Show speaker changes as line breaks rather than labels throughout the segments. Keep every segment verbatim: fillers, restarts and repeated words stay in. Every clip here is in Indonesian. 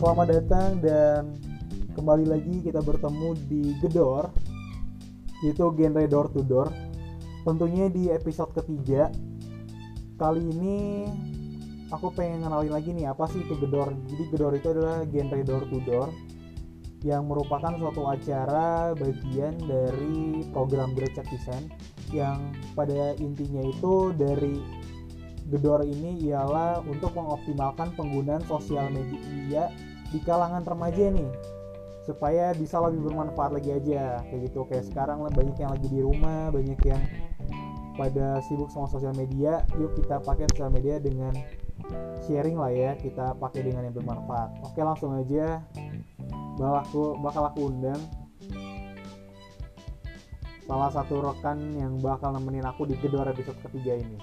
selamat datang dan kembali lagi kita bertemu di Gedor, yaitu genre door to door. Tentunya di episode ketiga. Kali ini aku pengen ngenalin lagi nih apa sih itu Gedor. Jadi Gedor itu adalah genre door to door yang merupakan suatu acara bagian dari program Gercep Design yang pada intinya itu dari Gedor ini ialah untuk mengoptimalkan penggunaan sosial media di kalangan remaja nih, supaya bisa lebih bermanfaat lagi aja kayak gitu. Kayak sekarang lah banyak yang lagi di rumah, banyak yang pada sibuk sama sosial media. Yuk kita pakai sosial media dengan sharing lah ya, kita pakai dengan yang bermanfaat. Oke, langsung aja bakal aku, bakal aku undang salah satu rekan yang bakal nemenin aku di Gedor episode ketiga ini.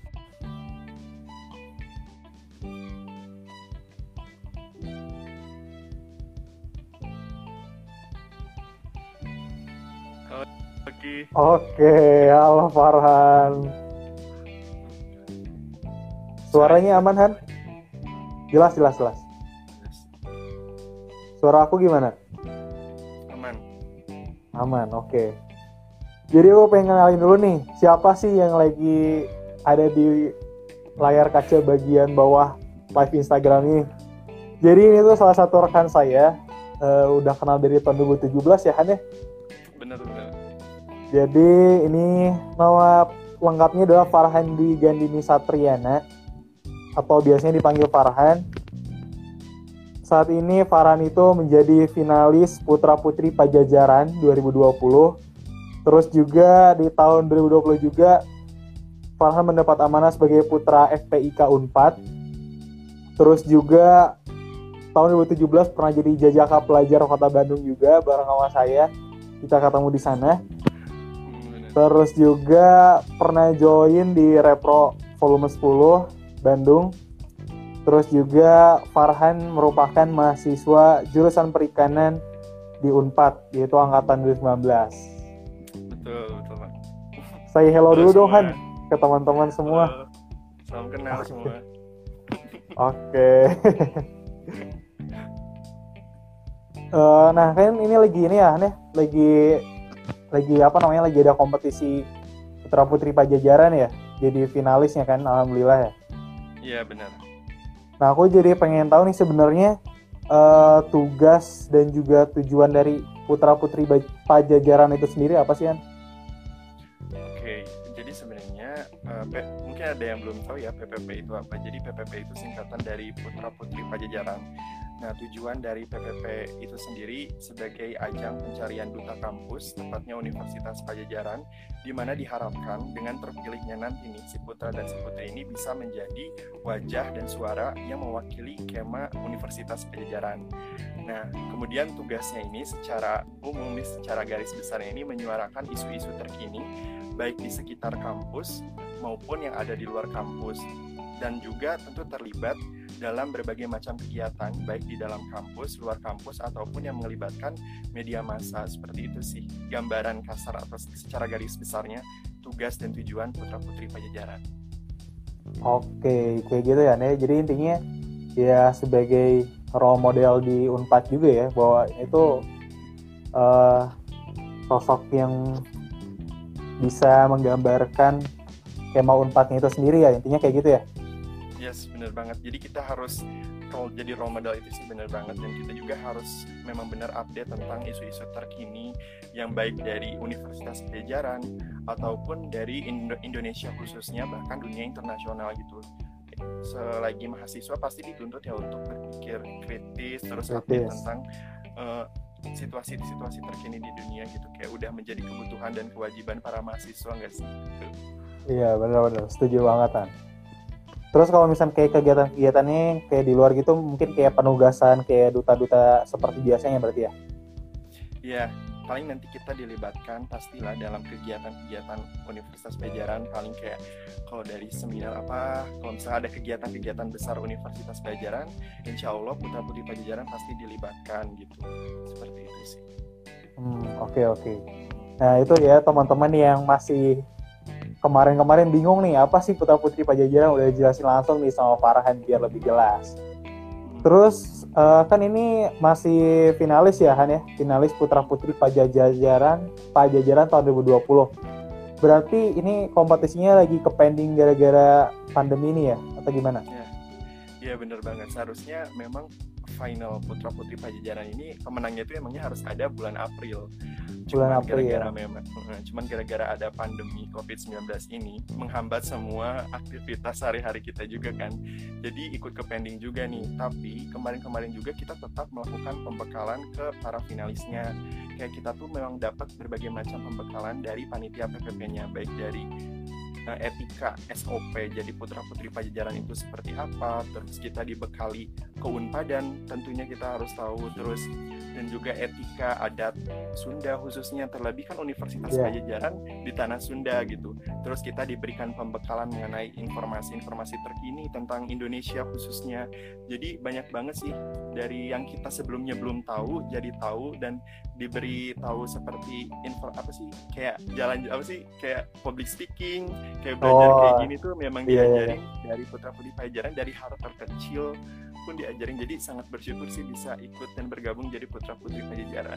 Oke, halo Farhan. Suaranya aman, Han? Jelas, jelas, jelas. Suara aku gimana?
Aman.
Aman, oke. Jadi aku pengen kenalin dulu nih, siapa sih yang lagi ada di layar kaca bagian bawah live Instagram ini. Jadi ini tuh salah satu rekan saya, uh, udah kenal dari tahun dua ribu tujuh belas ya, Han ya?
Benar-benar.
Jadi ini nama lengkapnya adalah Farhandi Gandini Satriana atau biasanya dipanggil Farhan. Saat ini Farhan itu menjadi finalis Putra Putri Pajajaran dua ribu dua puluh. Terus juga di tahun dua ribu dua puluh juga Farhan mendapat amanah sebagai Putra F P I K Unpad. Terus juga tahun dua ribu tujuh belas pernah jadi Jajaka Pelajar Kota Bandung juga bareng sama saya. Kita ketemu di sana. Terus juga pernah join di Repro Volume sepuluh Bandung. Terus juga Farhan merupakan mahasiswa jurusan perikanan di Unpad, yaitu angkatan dua ribu sembilan belas.
Betul, betul Pak.
Say hello
Halo
dulu dong,
semua.
Han, ke teman-teman semua.
Halo. Salam kenal
Oke.
semua.
Oke. uh, nah kan ini lagi ini ya, nih lagi lagi apa namanya lagi ada kompetisi Putra Putri Pajajaran ya, jadi finalisnya kan, alhamdulillah ya.
Iya benar.
Nah aku jadi pengen tahu nih sebenarnya uh, tugas dan juga tujuan dari Putra Putri Pajajaran itu sendiri apa sih, Han?
Oke, jadi sebenarnya uh, P- mungkin ada yang belum tahu ya P P P itu apa. Jadi P P P itu singkatan dari Putra Putri Pajajaran. Nah, tujuan dari P P P itu sendiri sebagai ajang pencarian duta kampus, tepatnya Universitas Pajajaran, di mana diharapkan dengan terpilihnya nanti nih si putra dan si putri ini bisa menjadi wajah dan suara yang mewakili kema Universitas Pajajaran. Nah, kemudian tugasnya ini secara umum, secara garis besar ini menyuarakan isu-isu terkini, baik di sekitar kampus maupun yang ada di luar kampus, dan juga tentu terlibat dalam berbagai macam kegiatan baik di dalam kampus, luar kampus, ataupun yang melibatkan media massa. Seperti itu sih gambaran kasar atau secara garis besarnya tugas dan tujuan Putra Putri Pajajaran.
Oke, kayak gitu ya, Nek. Jadi intinya ya sebagai role model di Unpad juga ya, bahwa itu uh, sosok yang bisa menggambarkan kema Unpadnya itu sendiri ya, intinya kayak gitu ya.
Yes, benar banget. Jadi kita harus kalau jadi role model itu sih benar banget, dan kita juga harus memang benar update tentang isu-isu terkini yang baik dari Universitas Pajajaran ataupun dari Indo- Indonesia khususnya, bahkan dunia internasional gitu. Selagi mahasiswa pasti dituntut ya untuk berpikir kritis, terus update tentang uh, situasi-situasi terkini di dunia gitu, kayak udah menjadi kebutuhan dan kewajiban para mahasiswa nggak sih? Gitu.
Iya, benar-benar setuju banget, kan. Terus kalau misalnya kayak kegiatan-kegiatannya kayak di luar gitu, mungkin kayak penugasan kayak duta-duta seperti biasanya berarti ya?
Iya, paling nanti kita dilibatkan pastilah dalam kegiatan-kegiatan Universitas Pajajaran, paling kayak kalau dari seminar apa, kalau misalnya ada kegiatan-kegiatan besar Universitas Pajajaran, insya Allah Putra Putri Pajajaran pasti dilibatkan gitu, seperti itu sih.
Hmm, oke oke. Nah itu ya teman-teman yang masih kemarin-kemarin bingung nih apa sih Putra Putri Pajajaran, udah jelasin langsung nih sama Farhan biar lebih jelas. Terus uh, kan ini masih finalis ya Han ya, finalis Putra Putri Pajajaran Pajajaran tahun dua ribu dua puluh. Berarti ini kompetisinya lagi ke pending gara-gara pandemi ini ya, atau gimana?
Iya, ya, bener banget. Seharusnya memang final Putra Putri Pajajaran ini pemenangnya itu emangnya harus ada bulan April.
Bulan
Cuman
April
gara-gara
ya.
memang, cuman gara-gara ada pandemi covid sembilan belas ini menghambat semua aktivitas sehari-hari kita juga kan. Jadi ikut ke pending juga nih. Tapi kemarin-kemarin juga kita tetap melakukan pembekalan ke para finalisnya. Kayak kita tuh memang dapat berbagai macam pembekalan dari panitia P P P-nya, baik dari uh, etika S O P jadi Putra Putri Pajajaran itu seperti apa, terus kita dibekali keunpadan tentunya kita harus tahu, terus dan juga etika adat Sunda khususnya, terlebih kan Universitas
Yeah.
Pajajaran di tanah Sunda gitu. Terus kita diberikan pembekalan mengenai informasi-informasi terkini tentang Indonesia khususnya. Jadi banyak banget sih dari yang kita sebelumnya belum tahu jadi tahu, dan diberi tahu seperti info apa sih kayak jalan apa sih kayak public speaking, kayak belajar
Oh,
kayak gini tuh memang
iya, iya,
diajarin dari Putra Putri Pajajaran dari hal terkecil pun diajarin. Jadi sangat bersyukur sih bisa ikut dan bergabung jadi Putra Putri Pajajaran.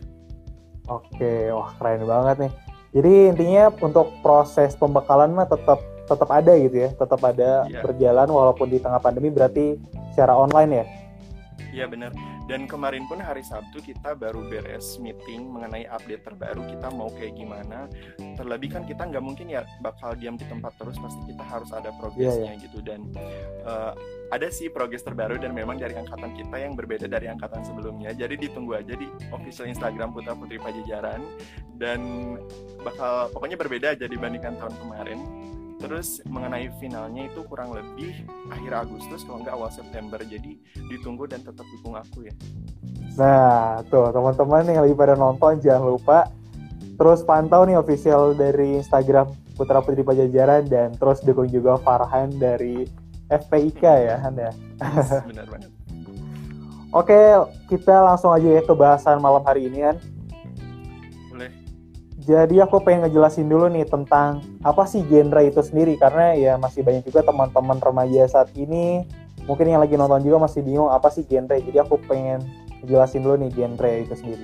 Oke, wah keren banget nih. Jadi intinya untuk proses pembekalan mah tetap tetap ada gitu ya, tetap ada
Iya.
berjalan walaupun di tengah pandemi, berarti secara online ya.
Iya benar. Dan kemarin pun hari Sabtu kita baru beres meeting mengenai update terbaru kita mau kayak gimana. Terlebih kan kita nggak mungkin ya bakal diam di tempat terus, pasti kita harus ada progresnya
Iya,
gitu. Dan uh, ada sih progres terbaru dan memang dari angkatan kita yang berbeda dari angkatan sebelumnya. Jadi ditunggu aja di official Instagram Putra Putri Pajajaran, dan bakal pokoknya berbeda aja dibandingkan tahun kemarin. Terus mengenai finalnya itu kurang lebih akhir Agustus kalau nggak awal September. Jadi ditunggu dan tetap dukung aku ya.
Nah, tuh teman-teman yang lagi pada nonton jangan lupa terus pantau nih official dari Instagram Putra Putri Pajajaran, dan terus dukung juga Farhan dari F P I K ya Han ya.
Yes, benar banget.
Oke, kita langsung aja ya ke bahasan malam hari ini kan.
Boleh.
Jadi aku pengen ngejelasin dulu nih tentang apa sih genre itu sendiri, karena ya masih banyak juga teman-teman remaja saat ini mungkin yang lagi nonton juga masih bingung apa sih genre. Jadi aku pengen ngejelasin dulu nih genre itu sendiri.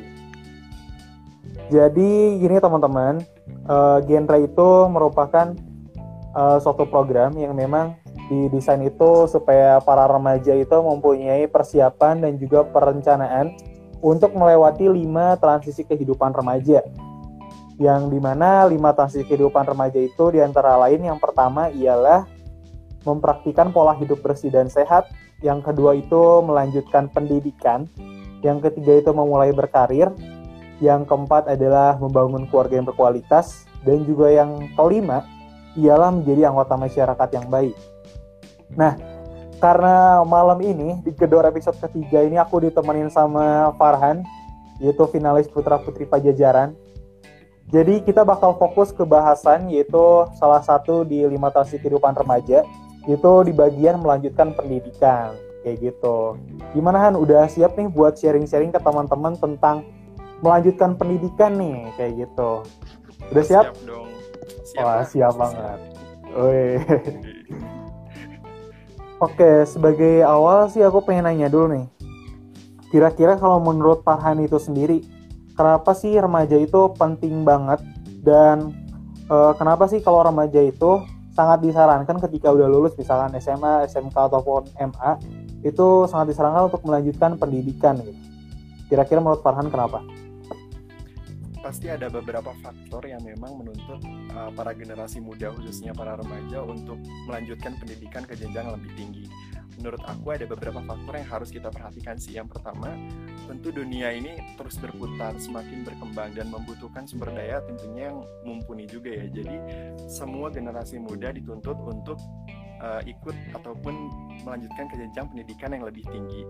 Jadi gini teman-teman, uh, genre itu merupakan uh, suatu program yang memang didesain itu supaya para remaja itu mempunyai persiapan dan juga perencanaan untuk melewati lima transisi kehidupan remaja. Yang dimana lima transisi kehidupan remaja itu diantara lain yang pertama ialah mempraktikkan pola hidup bersih dan sehat, yang kedua itu melanjutkan pendidikan, yang ketiga itu memulai berkarir, yang keempat adalah membangun keluarga yang berkualitas, dan juga yang kelima ialah menjadi anggota masyarakat yang baik. Nah, karena malam ini di Gedor episode ketiga ini aku ditemenin sama Farhan, yaitu finalis Putra Putri Pajajaran. Jadi kita bakal fokus ke bahasan yaitu salah satu di lima transisi kehidupan remaja, itu di bagian melanjutkan pendidikan kayak gitu. Gimana Han, udah siap nih buat sharing-sharing ke teman-teman tentang melanjutkan pendidikan nih kayak gitu? Udah siap?
Siap dong. Siap
Wah,
lah,
siap
pasti
banget. Wih. Oke, sebagai awal sih aku pengen nanya dulu nih. Kira-kira kalau menurut Farhan itu sendiri, kenapa sih remaja itu penting banget, dan e, kenapa sih kalau remaja itu sangat disarankan ketika udah lulus misalkan S M A, S M K ataupun M A itu sangat disarankan untuk melanjutkan pendidikan gitu. Kira-kira menurut Farhan kenapa?
Pasti ada beberapa faktor yang memang menuntut uh, para generasi muda khususnya para remaja untuk melanjutkan pendidikan ke jenjang lebih tinggi. Menurut aku ada beberapa faktor yang harus kita perhatikan sih. Yang pertama, tentu dunia ini terus berputar, semakin berkembang dan membutuhkan sumber daya tentunya yang mumpuni juga ya. Jadi semua generasi muda dituntut untuk uh, ikut ataupun melanjutkan ke jenjang pendidikan yang lebih tinggi.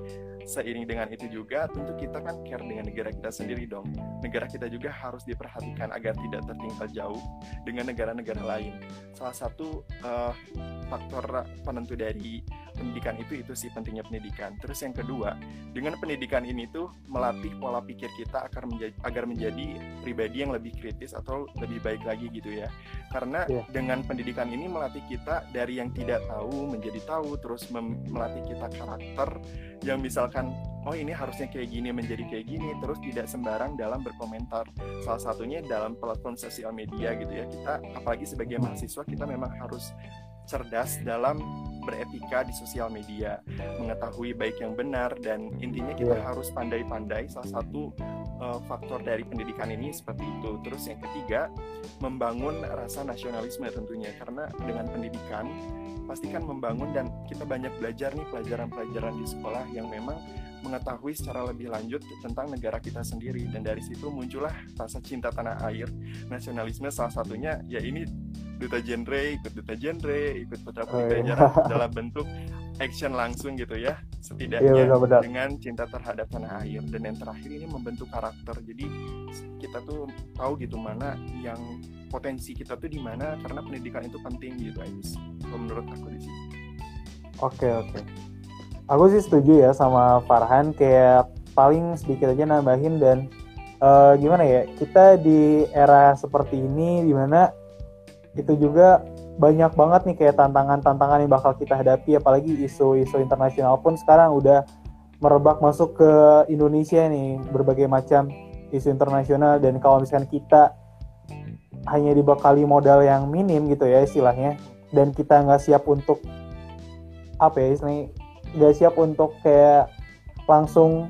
seiring dengan itu juga tentu kita kan care dengan negara kita sendiri dong. Negara kita juga harus diperhatikan agar tidak tertinggal jauh dengan negara-negara lain. Salah satu uh, faktor penentu dari pendidikan itu itu sih pentingnya pendidikan. Terus yang kedua, dengan pendidikan ini tuh melatih pola pikir kita agar menjadi agar menjadi pribadi yang lebih kritis atau lebih baik lagi gitu ya. Karena yeah. dengan pendidikan ini melatih kita dari yang tidak tahu menjadi tahu, terus mem- melatih kita karakter yang misalkan oh ini harusnya kayak gini menjadi kayak gini, terus tidak sembarang dalam berkomentar. Salah satunya dalam platform sosial media gitu ya. Kita apalagi sebagai mahasiswa kita memang harus cerdas dalam beretika di sosial media, mengetahui baik yang benar, dan intinya kita yeah. harus pandai-pandai. Salah satu uh, faktor dari pendidikan ini seperti itu. Terus yang ketiga, membangun rasa nasionalisme tentunya, karena dengan pendidikan pastikan membangun dan kita banyak belajar nih pelajaran-pelajaran di sekolah yang memang mengetahui secara lebih lanjut tentang negara kita sendiri, dan dari situ muncullah rasa cinta tanah air, nasionalisme. Salah satunya ya ini duta genre, ikut duta genre, ikut putra putri Pajajaran oh, iya. dalam bentuk action langsung gitu ya, setidaknya iya, benar, benar. dengan cinta terhadap tanah air. Dan yang terakhir ini membentuk karakter, jadi kita tuh tahu gitu mana yang potensi kita tuh di mana, karena pendidikan itu penting gitu aja sih kalau menurut aku di sini.
Oke oke, aku sih setuju ya sama Farhan, kayak paling sedikit aja nambahin dan uh, gimana ya, kita di era seperti ini dimana itu juga banyak banget nih kayak tantangan-tantangan yang bakal kita hadapi, apalagi isu-isu internasional pun sekarang udah merebak masuk ke Indonesia nih, berbagai macam isu internasional. Dan kalau misalkan kita hanya dibekali modal yang minim gitu ya istilahnya, dan kita nggak siap untuk apa ya istilahnya, nggak siap untuk kayak langsung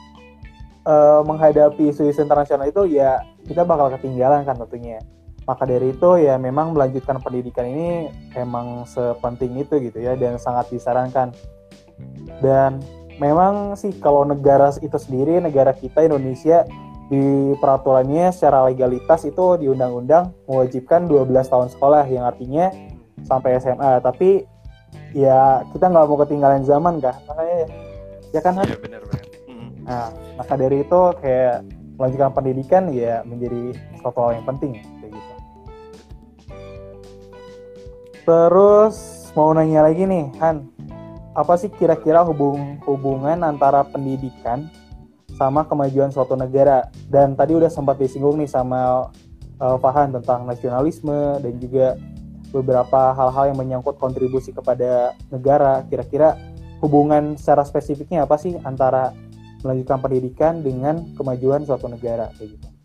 uh, menghadapi isu-isu internasional itu, ya kita bakal ketinggalan kan tentunya. Maka dari itu ya memang melanjutkan pendidikan ini emang sepenting itu gitu ya, dan sangat disarankan. Dan memang sih kalau negara itu sendiri, negara kita Indonesia, di peraturannya secara legalitas itu di undang-undang mewajibkan dua belas tahun sekolah, yang artinya sampai S M A. Tapi ya kita nggak mau ketinggalan zaman kan, makanya ya kan? Iya benar-benar. Nah maka dari itu kayak melanjutkan pendidikan ya menjadi suatu hal yang penting kayak gitu. Terus mau nanya lagi nih Han, apa sih kira-kira hubung hubungan antara pendidikan sama kemajuan suatu negara? Dan tadi udah sempat disinggung nih sama uh, Farhan tentang nasionalisme dan juga beberapa hal-hal yang menyangkut kontribusi kepada negara. Kira-kira hubungan secara spesifiknya apa sih antara melanjutkan pendidikan dengan kemajuan suatu negara kayak gitu?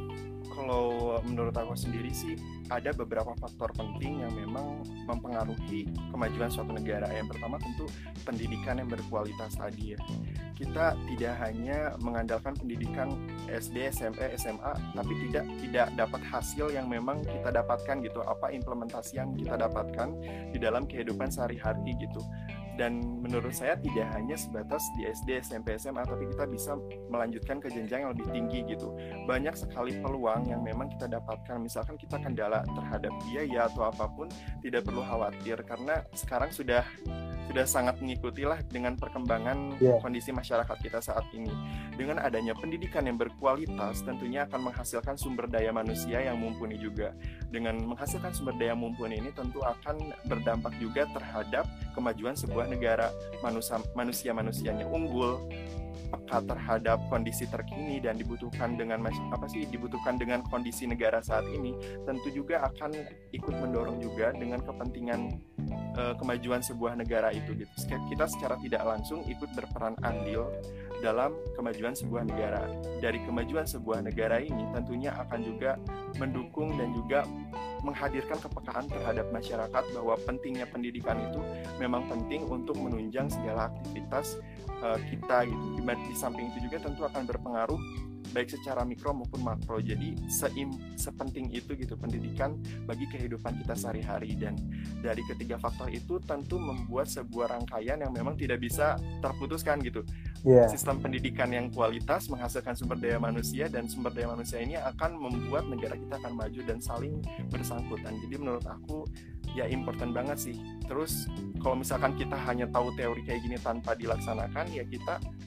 Kalau menurut aku sendiri sih ada beberapa faktor penting yang memang mempengaruhi kemajuan suatu negara. Yang pertama tentu pendidikan yang berkualitas tadi ya. Kita tidak hanya mengandalkan pendidikan S D, S M P, S M A, tapi tidak tidak dapat hasil yang memang kita dapatkan gitu, apa implementasi yang kita dapatkan di dalam kehidupan sehari-hari gitu. Dan menurut saya tidak hanya sebatas di S D, S M P, S M A, tapi kita bisa melanjutkan ke jenjang yang lebih tinggi gitu. Banyak sekali peluang yang memang kita dapatkan. Misalkan kita kendala terhadap biaya atau apapun, tidak perlu khawatir karena sekarang sudah sudah sangat mengikutilah dengan perkembangan yeah. kondisi masyarakat kita saat ini. Dengan adanya pendidikan yang berkualitas, tentunya akan menghasilkan sumber daya manusia yang mumpuni juga. Dengan menghasilkan sumber daya mumpuni ini tentu akan berdampak juga terhadap kemajuan sebuah negara. Manusia, manusia-manusianya unggul, peka terhadap kondisi terkini dan dibutuhkan dengan apa sih dibutuhkan dengan kondisi negara saat ini, tentu juga akan ikut mendorong juga dengan kepentingan uh, kemajuan sebuah negara itu gitu. Kita secara tidak langsung ikut berperan andil dalam kemajuan sebuah negara. Dari kemajuan sebuah negara ini tentunya akan juga mendukung dan juga menghadirkan kepekaan terhadap masyarakat bahwa pentingnya pendidikan itu memang penting untuk menunjang segala aktivitas uh, kita gitu. Di samping itu juga tentu akan berpengaruh baik secara mikro maupun makro. Jadi seim, sepenting itu gitu pendidikan bagi kehidupan kita sehari-hari. Dan dari ketiga faktor itu tentu membuat sebuah rangkaian yang memang tidak bisa terputuskan gitu. Yeah. Sistem pendidikan yang kualitas menghasilkan sumber daya manusia, dan sumber daya manusia ini akan membuat negara kita akan maju dan saling bersangkutan. Jadi menurut aku ya important banget sih. Terus kalau misalkan kita hanya tahu teori kayak gini tanpa dilaksanakan, ya kita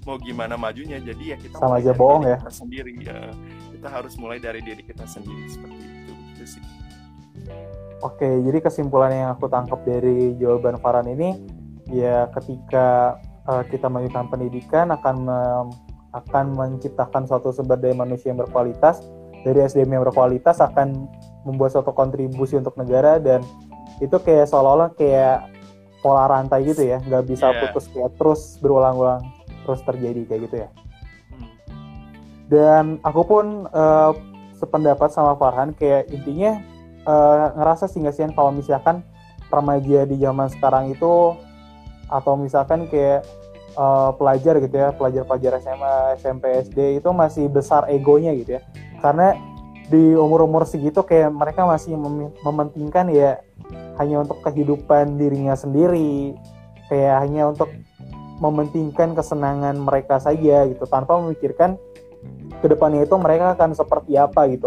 mau gimana majunya. Jadi ya kita
sama
mulai
aja
dari
bohong
diri
ya.
kita sendiri ya. Kita harus mulai dari diri kita sendiri seperti itu, gitu sih.
Oke, jadi kesimpulan yang aku tangkap dari jawaban Farhan ini, ya ketika uh, kita melanjutkan pendidikan akan mem- akan menciptakan suatu sumber daya manusia yang berkualitas, dari S D M yang berkualitas akan membuat suatu kontribusi untuk negara, dan itu kayak seolah-olah kayak pola rantai gitu ya, nggak bisa
Yeah.
putus, kayak terus berulang-ulang terus terjadi kayak gitu ya.
Hmm.
Dan aku pun uh, sependapat sama Farhan, kayak intinya uh, ngerasa sih nggak sih kalau misalkan remaja di zaman sekarang itu, atau misalkan kayak uh, pelajar gitu ya, pelajar-pelajar S M A, S M P, S D itu masih besar egonya gitu ya, karena di umur-umur segitu kayak mereka masih mem- mementingkan ya hanya untuk kehidupan dirinya sendiri, kayak hanya untuk mementingkan kesenangan mereka saja gitu, tanpa memikirkan kedepannya itu mereka akan seperti apa gitu,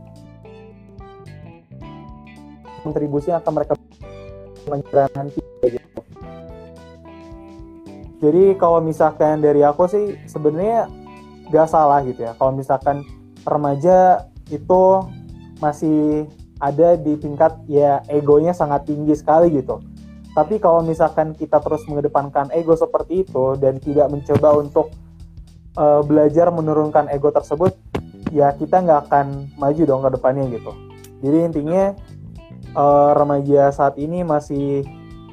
kontribusi yang akan mereka berikan nanti gitu. Jadi kalau misalkan dari aku sih sebenarnya gak salah gitu ya, kalau misalkan remaja itu masih ada di tingkat ya egonya sangat tinggi sekali gitu. Tapi kalau misalkan kita terus mengedepankan ego seperti itu dan tidak mencoba untuk uh, belajar menurunkan ego tersebut, ya kita nggak akan maju dong ke depannya gitu. Jadi intinya uh, remaja saat ini masih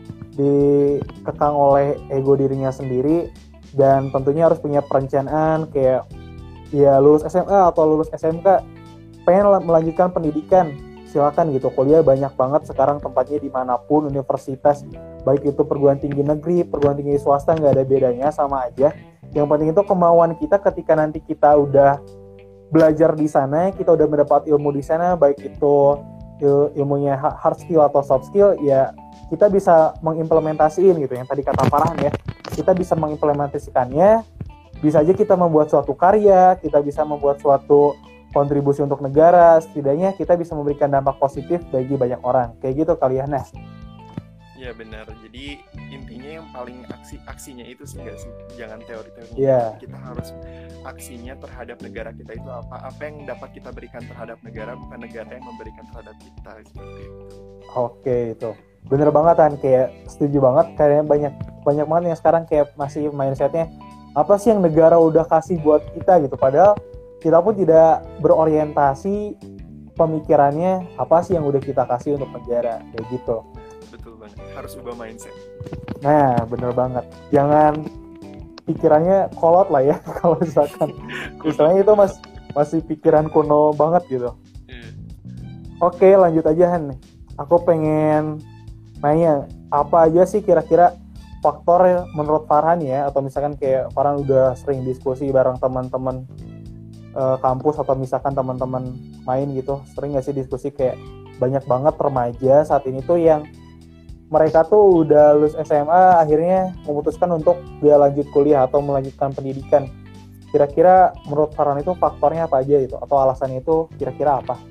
dikekang oleh ego dirinya sendiri, dan tentunya harus punya perencanaan kayak ya lulus S M A atau lulus S M K pengen melanjutkan pendidikan, silakan gitu. Kuliah banyak banget sekarang tempatnya dimanapun, universitas baik itu perguruan tinggi negeri, perguruan tinggi swasta, nggak ada bedanya, sama aja. Yang penting itu kemauan kita ketika nanti kita udah belajar di sana, kita udah mendapat ilmu di sana, baik itu il- ilmunya hard skill atau soft skill, ya kita bisa mengimplementasiin gitu, yang tadi kata Farhan ya, kita bisa mengimplementasikannya, bisa aja kita membuat suatu karya, kita bisa membuat suatu kontribusi untuk negara, setidaknya kita bisa memberikan dampak positif bagi banyak orang, kayak gitu kali ya. Nah,
ya benar, jadi intinya yang paling aksi aksinya itu sih nggak sih, jangan teori-teorinya.
Yeah.
Kita harus aksinya terhadap negara kita itu apa, apa yang dapat kita berikan terhadap negara, bukan negara yang memberikan terhadap kita, seperti itu.
Oke, itu bener banget kan, kayak setuju banget. Kayak banyak banyak banget yang sekarang kayak masih mindsetnya apa sih yang negara udah kasih buat kita gitu, padahal kita pun tidak berorientasi pemikirannya apa sih yang udah kita kasih untuk negara, kayak gitu.
Betul banget, harus ubah mindset.
Nah, bener banget, jangan pikirannya kolot lah ya. Kalau misalkan misalnya itu mas, masih pikiran kuno banget gitu.
Yeah.
Oke, lanjut aja Han. Aku pengen nanya, apa aja sih kira-kira faktor menurut Farhan ya, atau misalkan kayak Farhan udah sering diskusi bareng teman-teman uh, kampus, atau misalkan teman-teman main gitu, sering gak sih diskusi kayak banyak banget remaja saat ini tuh yang mereka tuh udah lulus S M A akhirnya memutuskan untuk dia lanjut kuliah atau melanjutkan pendidikan. Kira-kira menurut Farhan itu faktornya apa aja itu, atau alasannya itu kira-kira apa?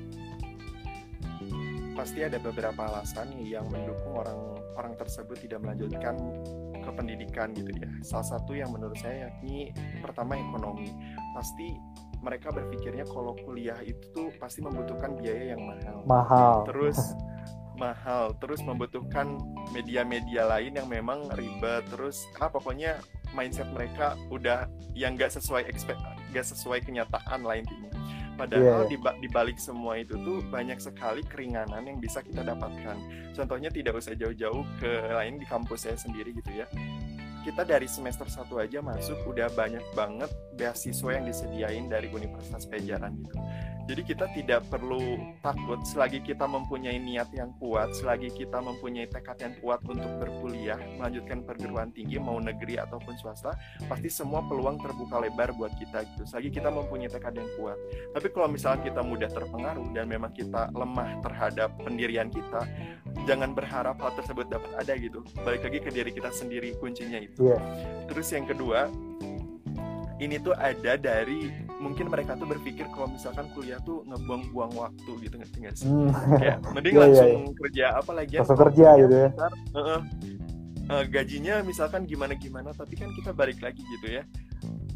Pasti ada beberapa alasan yang mendukung orang orang tersebut tidak melanjutkan ke pendidikan gitu ya. Salah satu yang menurut saya yakni pertama ekonomi. Pasti mereka berpikirnya kalau kuliah itu tuh pasti membutuhkan biaya yang mahal.
Mahal.
Terus mahal, terus membutuhkan media-media lain yang memang ribet. Terus ah pokoknya mindset mereka udah yang nggak sesuai expect, nggak sesuai kenyataan lah intinya. Padahal yeah. di balik semua itu tuh banyak sekali keringanan yang bisa kita dapatkan. Contohnya tidak usah jauh-jauh ke lain, di kampus saya sendiri gitu ya. Kita dari semester satu aja masuk udah banyak banget beasiswa yang disediain dari Universitas Pajajaran gitu. Jadi kita tidak perlu takut selagi kita mempunyai niat yang kuat, selagi kita mempunyai tekad yang kuat untuk berkuliah, melanjutkan perguruan tinggi mau negeri ataupun swasta, pasti semua peluang terbuka lebar buat kita gitu. Selagi kita mempunyai tekad yang kuat. Tapi kalau misalnya kita mudah terpengaruh dan memang kita lemah terhadap pendirian kita, jangan berharap hal tersebut dapat ada gitu. Balik lagi ke diri kita sendiri kuncinya itu. Yeah. Terus yang kedua, ini tuh ada dari mungkin mereka tuh berpikir kalau misalkan kuliah tuh ngebuang-buang waktu gitu, ngerti nggak sih? Hmm. Kayak mending yeah, langsung yeah, yeah. kerja apa lagi?
Langsung kerja gitu ya.
Besar, uh, uh, uh, gajinya misalkan gimana-gimana, tapi kan kita balik lagi gitu ya.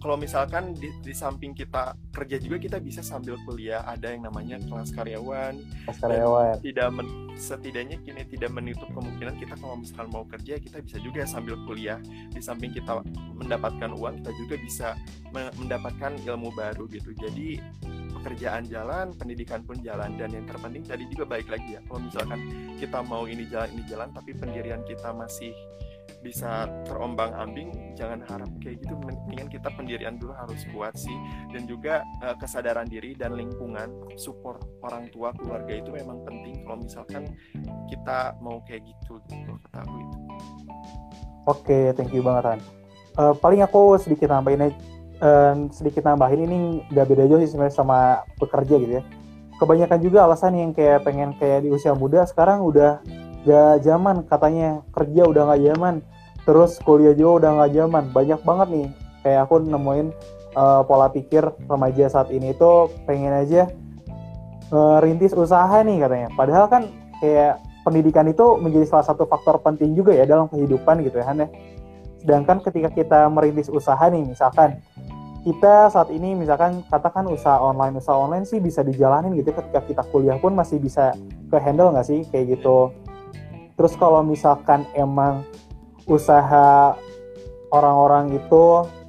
kalau misalkan di, di samping kita kerja juga kita bisa sambil kuliah, ada yang namanya kelas karyawan.
Kelas karyawan.
Tidak men, setidaknya kini tidak menutup kemungkinan kita kalau misalkan mau kerja kita bisa juga sambil kuliah. Di samping kita mendapatkan uang, kita juga bisa me- mendapatkan ilmu baru gitu. Jadi pekerjaan jalan, pendidikan pun jalan, dan yang terpenting tadi juga baik lagi ya. Kalau misalkan kita mau ini jalan ini jalan, tapi pendirian kita masih bisa terombang-ambing, jangan harap kayak gitu. Mendingan kita pendirian dulu harus kuat sih, dan juga uh, kesadaran diri dan lingkungan, support orang tua, keluarga itu memang penting kalau misalkan kita mau kayak gitu gitu ketahui itu.
Oke, thank you banget Han. Uh, paling aku sedikit nambahin aja, uh, sedikit nambahin ini nggak beda jauh sih sebenarnya sama pekerja gitu ya. Kebanyakan juga alasan yang kayak pengen kayak di usia muda sekarang udah gak zaman, katanya kerja udah gak zaman, terus kuliah juga udah gak zaman. Banyak banget nih kayak aku nemuin uh, pola pikir remaja saat ini itu pengen aja uh, rintis usaha nih katanya. Padahal kan kayak pendidikan itu menjadi salah satu faktor penting juga ya dalam kehidupan gitu ya Han ya. Sedangkan ketika kita merintis usaha nih, misalkan kita saat ini misalkan katakan usaha online, usaha online sih bisa dijalanin gitu ketika kita kuliah pun masih bisa ke handle gak sih kayak gitu. Terus kalau misalkan emang usaha orang-orang itu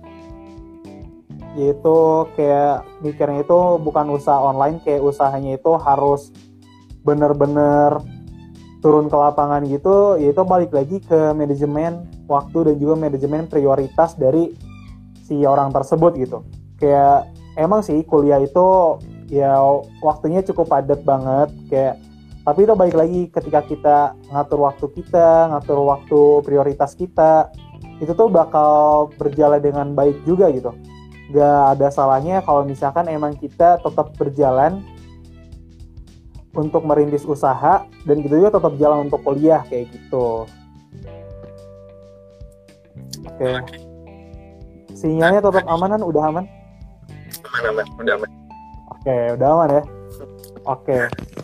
yaitu kayak mikirnya itu bukan usaha online, kayak usahanya itu harus bener-bener turun ke lapangan gitu, yaitu balik lagi ke manajemen waktu dan juga manajemen prioritas dari si orang tersebut gitu. Kayak emang sih kuliah itu ya waktunya cukup padat banget, kayak tapi itu balik lagi ketika kita ngatur waktu kita, ngatur waktu prioritas kita, itu tuh bakal berjalan dengan baik juga gitu. Gak ada salahnya kalau misalkan emang kita tetap berjalan untuk merintis usaha, dan gitu juga tetap jalan untuk kuliah kayak gitu. Oke. Sinyalnya tetap amanan, udah aman?
Aman-aman, udah aman.
Oke, udah aman ya? Oke.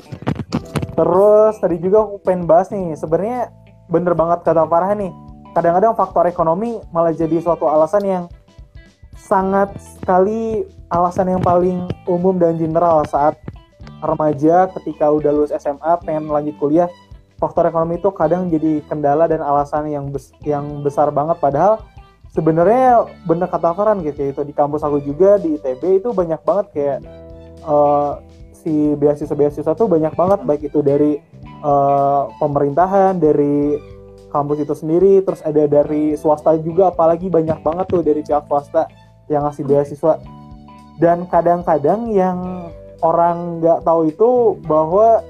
Terus tadi juga aku pengen bahas nih, sebenarnya bener banget kata Farhan nih, kadang-kadang faktor ekonomi malah jadi suatu alasan yang sangat sekali, alasan yang paling umum dan general saat remaja ketika udah lulus S M A pengen lanjut kuliah. Faktor ekonomi itu kadang jadi kendala dan alasan yang bes- yang besar banget, padahal sebenarnya bener kata Farhan gitu, itu di kampus aku juga di I T B itu banyak banget kayak uh, si beasiswa-beasiswa tuh banyak banget, baik itu dari uh, pemerintahan, dari kampus itu sendiri, terus ada dari swasta juga, apalagi banyak banget tuh dari pihak swasta yang ngasih beasiswa. Dan kadang-kadang yang orang nggak tahu itu bahwa,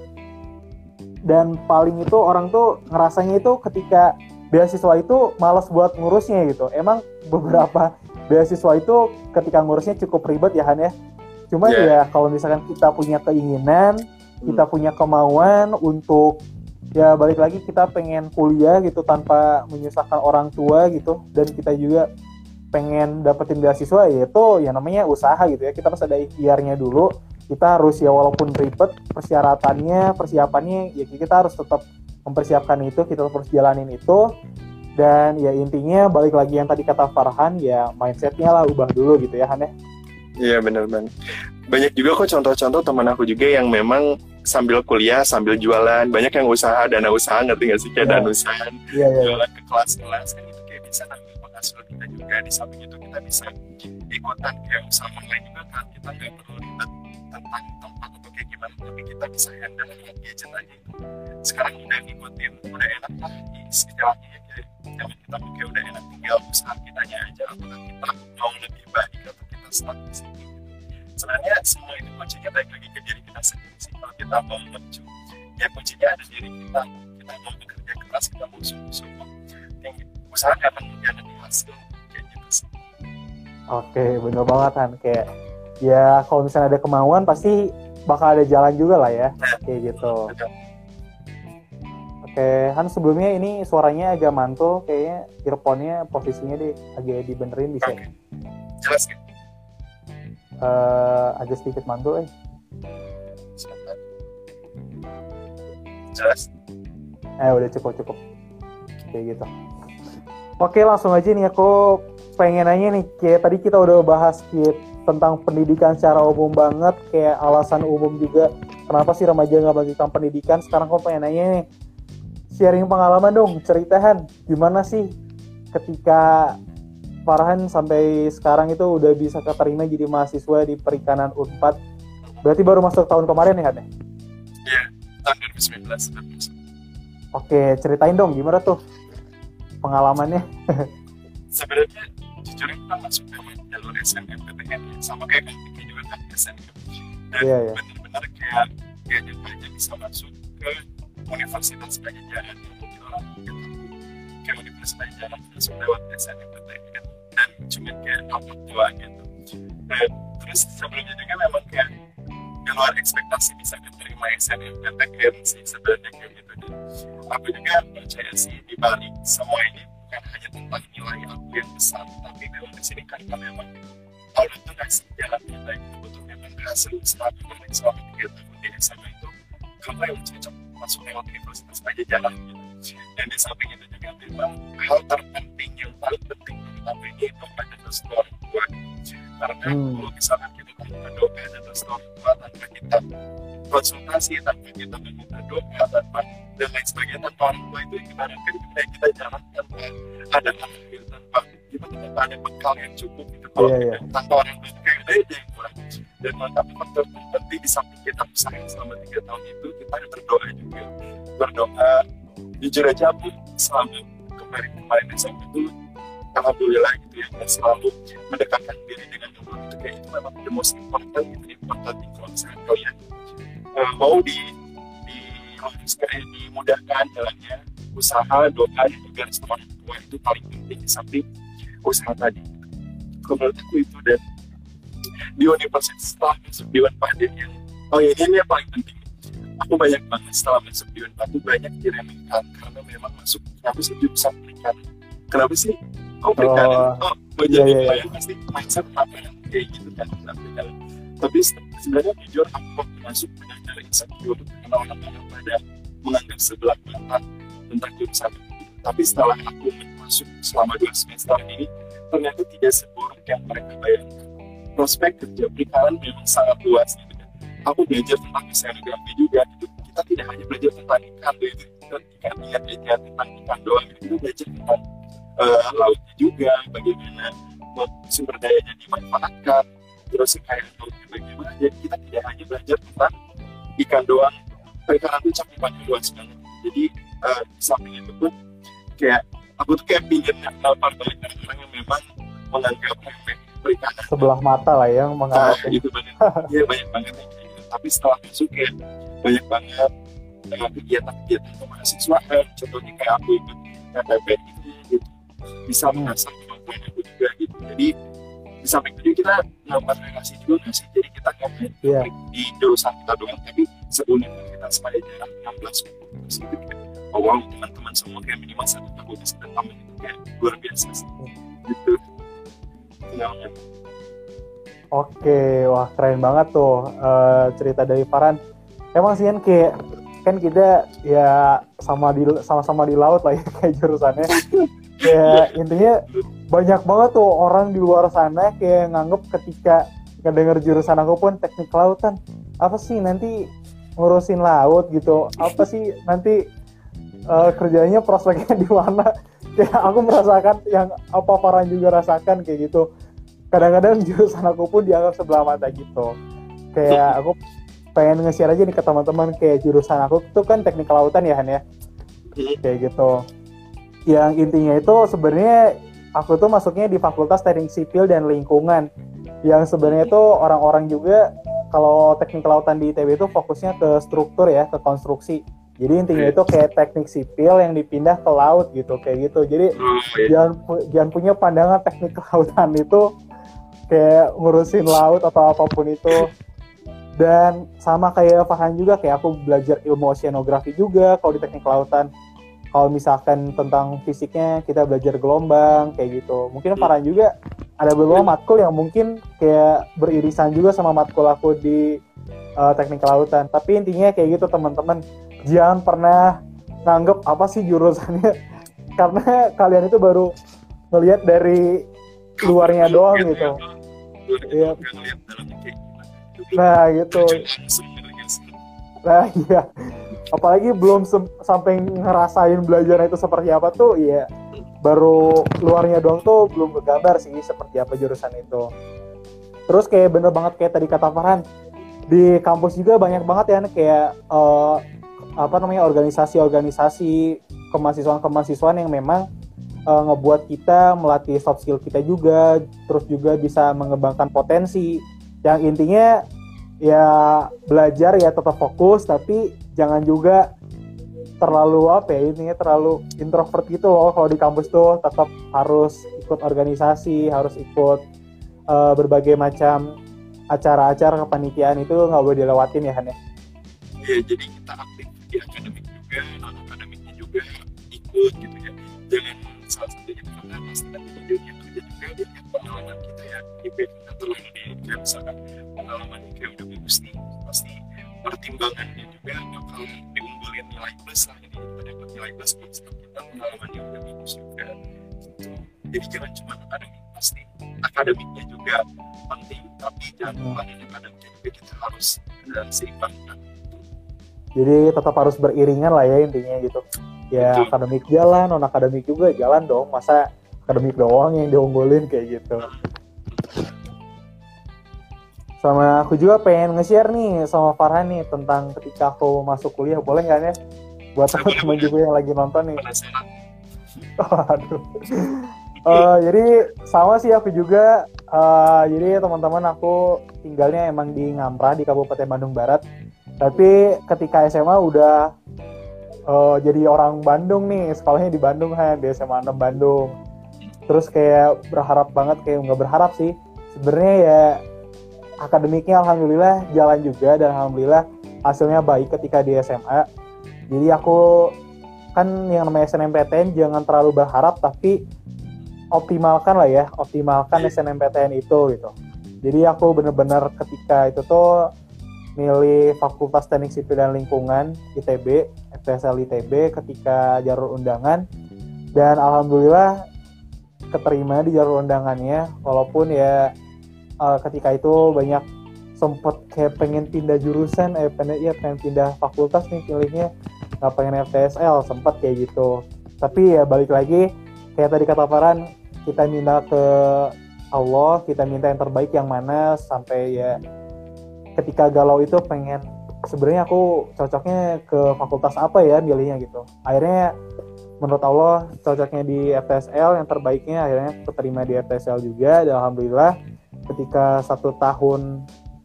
dan paling itu orang tuh ngerasanya itu ketika beasiswa itu malas buat ngurusnya gitu. Emang beberapa beasiswa itu ketika ngurusnya cukup ribet ya Han ya. Cuma yeah. ya kalau misalkan kita punya keinginan, hmm. kita punya kemauan untuk ya balik lagi kita pengen kuliah gitu tanpa menyusahkan orang tua gitu, dan kita juga pengen dapetin beasiswa, yaitu ya namanya usaha gitu ya. Kita harus ada ikhtiarnya dulu. Kita harus ya walaupun ribet persyaratannya, persiapannya, ya kita harus tetap mempersiapkan itu, kita harus jalanin itu. Dan ya intinya balik lagi yang tadi kata Farhan, ya mindsetnya lah ubah dulu gitu ya Han ya.
Iya benar banget. Banyak juga kok contoh-contoh teman aku juga yang memang sambil kuliah sambil jualan. Banyak yang usaha, dana usaha, ngerti nggak sih kayak yeah. danusan, yeah, yeah. jualan ke kelas-kelas kan, itu kayak bisa nambah penghasilan kita juga. Di samping itu kita bisa ikutan kayak usaha online juga kan, kita nggak perlu ribet tentang tempat atau kayak gimana, tapi kita bisa handle dengan gadget aja itu. Sekarang udah ngikutin, udah enak lah istilahnya ya, kayak zaman kita kayak udah enak, tinggal usaha kitanya aja, apakah kita mau lebih baik atau kita stuck di sini gitu. Sebenarnya semua itu kuncinya balik lagi ke diri kita sendiri sih. Kalau kita mau maju, ya kuncinya ada diri kita. Kita mau bekerja keras, kita mau sungguh-sungguh, usaha nggak akan mengkhianati hasil kayak gitu sih.
Oke, bener banget kan, kayak ya kalau misalnya ada kemauan pasti bakal ada jalan juga lah ya, nah, kayak gitu. Betul. Oke, Han, sebelumnya ini suaranya agak mantul, kayaknya earphone-nya posisinya deh agak dibenerin bisa.
Oke, jelas kan?
Uh, agak sedikit mantul eh.
Jelas?
Eh udah cukup cukup kayak gitu. Oke, langsung aja nih aku pengen nanya nih, kayak tadi kita udah bahas kayak tentang pendidikan secara umum banget, kayak alasan umum juga kenapa sih remaja nggak melanjutkan pendidikan. Sekarang aku pengen nanya nih, sharing pengalaman dong, ceritahan gimana sih ketika Farhan sampai sekarang itu udah bisa keterima jadi mahasiswa di Perikanan Unpad. Berarti baru masuk tahun kemarin ya, Han?
Iya, tahun dua ribu sembilan belas.
Oke, ceritain dong gimana tuh pengalamannya.
Sebenarnya jujur kita masuk ke jalur S N M P T N sama kayak kan juga kan S N M. Dan
Iya, iya.
benar-benar kayak kayak dia aja bisa masuk ke Universitas Pajajaran yang mungkin orang mungkin tahu kayak Universitas Pajajaran masuk lewat S N M P T N dan cuma kayak dapat doang gitu. Dan terus sebelumnya juga memang kayak di luar ekspektasi bisa keterima S N M P T N sih sebenarnya kayak gitu. Dan aku juga percaya sih di balik semua ini bukan hanya tentang nilai aku yang besar, tapi memang di sini karena memang Allah itu kasih jalan yang baik untuk memang berhasil selama dari selama tiga tahun di S M A itu kamu yang cocok masuk lewat Universitas Pajajaran gitu. Dan di samping itu juga memang hal terpenting yang paling penting untuk aku ini itu ada restu orang tua. Karena
Hmm.
kalau misalkan kita tanpa doa dan restu orang tua, tanpa kita konsultasi, tanpa kita meminta doa, tanpa dan lain sebagainya, tanpa orang tua itu ibaratkan kita kita jalan tanpa ada ambil, tanpa kita tanpa ada bekal yang cukup gitu. Kalau
Iya,
kita
iya.
tanpa orang tua itu kayak ada aja yang kurang. Dan tapi faktor penting di samping kita usaha selama tiga tahun itu kita ada berdoa juga, berdoa jujur aja aku selama kemarin-kemarin S M P itu alhamdulillah gitu ya, dan selalu mendekatkan diri dengan Allah itu kayak itu memang the most important gitu, important thing kalau misalnya kalian uh, mau di di kayak dimudahkan jalannya usaha, doa dan juga restu orang tua itu paling penting di samping usaha tadi. Kalau menurut aku itu. Dan di universitas setelah masuk di Unpad yang oh ya ini yang paling penting, aku banyak banget setelah masuk di Unpad itu banyak diremehkan karena memang masuk kenapa sih jurusan perikanan, kenapa sih oh perikanan, oh banyak
Iya, iya,
yang
iya.
lain pasti mindset apa yang kayak gitu kan tentang perikanan. Tapi sebenarnya jujur aku waktu masuk benar-benar insecure karena orang-orang pada menganggap sebelah mata tentang jurusan itu. Tapi setelah aku masuk selama dua semester ini ternyata tidak seburuk yang mereka bayangkan. Prospek kerja perikanan memang sangat luas gitu kan. Aku belajar tentang oceanografi juga gitu. Kita tidak hanya belajar tentang ikan gitu, kita ikan lihat aja tentang ikan doang gitu. Kita belajar tentang uh, lautnya juga, bagaimana sumber dayanya dimanfaatkan, terus kayak lautnya bagaimana. Jadi kita tidak hanya belajar tentang ikan doang. Perikanan itu cakupannya luas banget. Jadi uh, di samping itu pun kayak aku tuh kayak pingin kenapa banyak orang yang memang menganggap remeh perikanan
Sebelah mata lah yang
nah,
menganggap
itu banyak, ya banyak banget yang kayak gitu. Tapi setelah masuk kayak banyak banget dengan kegiatan-kegiatan kemahasiswaan, contohnya kayak aku ikut P P P itu gitu, bisa mengasah kemampuan aku juga gitu. Jadi di samping itu kita nambah relasi juga nggak sih, jadi kita nggak main
Iya.
di jurusan kita doang, tapi seunit kita sebagai jarak enam belas fakultas gitu kayak, oh wow, teman-teman semua kayak minimal satu fakultas dan tamu itu kayak luar biasa sih gitu. Kenalnya.
Oke, wah keren banget tuh eh, cerita dari Farhan. Emang sih kan kayak kan kita ya sama di sama-sama di laut lah ya kayak jurusannya. Kayak intinya banyak banget tuh orang di luar sana kayak nganggep ketika ngedenger jurusan aku pun teknik kelautan, apa sih nanti ngurusin laut gitu, apa sih nanti eh, kerjanya prospeknya di mana? Kayak aku merasakan yang apa Farhan juga rasakan kayak gitu. Kadang-kadang jurusan aku pun dianggap sebelah mata gitu. Kayak aku pengen nge-share aja nih ke teman-teman, kayak jurusan aku tuh kan teknik kelautan ya Han ya. Kayak gitu. Yang intinya itu sebenarnya aku tuh masuknya di Fakultas Teknik Sipil dan Lingkungan. Yang sebenarnya itu orang-orang juga kalau teknik kelautan di I T B itu fokusnya ke struktur ya, ke konstruksi. Jadi intinya itu kayak teknik sipil yang dipindah ke laut gitu, kayak gitu. Jadi
Oh, iya.
jangan pu- jangan punya pandangan teknik kelautan itu kayak ngurusin laut atau apapun itu. Dan sama kayak Farhan juga, kayak aku belajar ilmu oceanografi juga kalau di teknik kelautan. Kalau misalkan tentang fisiknya kita belajar gelombang kayak gitu. Mungkin Farhan juga ada beberapa matkul yang mungkin kayak beririsan juga sama matkul aku di uh, teknik kelautan. Tapi intinya kayak gitu teman-teman, jangan pernah nganggep apa sih jurusannya karena kalian itu baru ngelihat dari luarnya doang gitu. Iya. Nah gitu. Nah iya. Apalagi belum se- sampai ngerasain belajarnya itu seperti apa tuh, ya baru luarnya doang tuh belum kegambar sih seperti apa jurusan itu. Terus kayak bener banget kayak tadi kata Farhan, di kampus juga banyak banget ya kayak uh, apa namanya organisasi-organisasi kemahasiswaan-kemahasiswaan yang memang uh, ngebuat kita melatih soft skill kita juga, terus juga bisa mengembangkan potensi. Yang intinya ya belajar ya tetap fokus, tapi jangan juga terlalu apa ya intinya terlalu introvert gitu loh. Kalau di kampus tuh tetap harus ikut organisasi, harus ikut uh, berbagai macam acara-acara kepanitiaan, itu nggak boleh dilewatin ya Han ya.
Ya jadi kita aktif di akademik juga, non akademiknya juga ikut gitu ya. Jangan salah satunya karena pasti nanti di dunia kerja juga lihat pengalaman kita ya. I P kita terlalu di kayak misalkan pengalaman kayak udah bagus nih, pasti pertimbangannya juga bakal diunggulin nilai plus lah, ini kita dapat nilai plus plus kita pengalamannya udah bagus juga gitu. Jadi jangan cuma akademik, pasti akademiknya juga penting, tapi jangan lupa hmm. akademiknya juga kita harus uh, seimbangkan.
Jadi tetap harus beriringan lah ya intinya gitu. Ya betul. Akademik jalan, non akademik juga jalan dong. Masa akademik doang yang diunggulin kayak gitu. Sama aku juga pengen nge-share nih sama Farhan nih tentang ketika aku masuk kuliah, boleh nggak ya? Buat teman-teman juga yang lagi nonton nih. Oh, aduh. Uh, jadi sama sih aku juga. Uh, jadi teman-teman aku tinggalnya emang di Ngamprah di Kabupaten Bandung Barat. Tapi ketika S M A udah uh, jadi orang Bandung nih, sekolahnya di Bandung kan, di S M A enam Bandung. Terus kayak berharap banget, kayak nggak berharap sih. Sebenarnya ya akademiknya alhamdulillah jalan juga, dan alhamdulillah hasilnya baik ketika di S M A. Jadi aku kan yang namanya S N M P T N jangan terlalu berharap, tapi optimalkan lah ya, optimalkan S N M P T N itu gitu. Jadi aku bener-bener ketika itu tuh milih Fakultas Teknik Sipil dan Lingkungan I T B, F T S L I T B ketika jalur undangan, dan alhamdulillah keterima di jalur undangannya, walaupun ya uh, ketika itu banyak sempet kayak pengen pindah jurusan, eh pengen ya pengen pindah fakultas nih pilihnya, nggak pengen F T S L, sempet kayak gitu. Tapi ya balik lagi kayak tadi kata Farhan, kita minta ke Allah, kita minta yang terbaik yang mana, sampai ya ketika galau itu pengen sebenarnya aku cocoknya ke fakultas apa ya milihnya gitu. Akhirnya menurut Allah cocoknya di F T S L, yang terbaiknya akhirnya keterima di F T S L juga. Dan alhamdulillah ketika satu tahun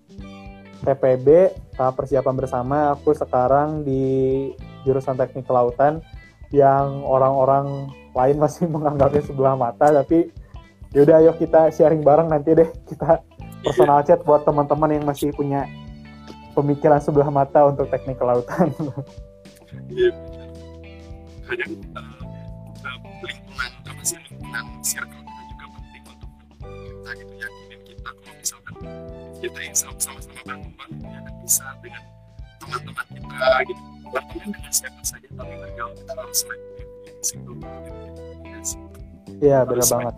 T P B tahap persiapan bersama, aku sekarang di jurusan Teknik Kelautan yang orang-orang lain masih menganggapnya sebelah mata, tapi yaudah ayo kita sharing bareng nanti deh, kita personal chat buat teman-teman yang masih punya pemikiran sebelah mata untuk Teknik Kelautan.
Iya, kadang uh, lingkungan apa sih lingkungan circle kita juga penting untuk kita gitu, yakinin kita kalau misalkan kita yang sama-sama bantu-bantu ya kan bisa dengan teman-teman kita gitu, berteman dengan siapa saja tapi bergaul kita harus selektif gitu.
Iya benar banget.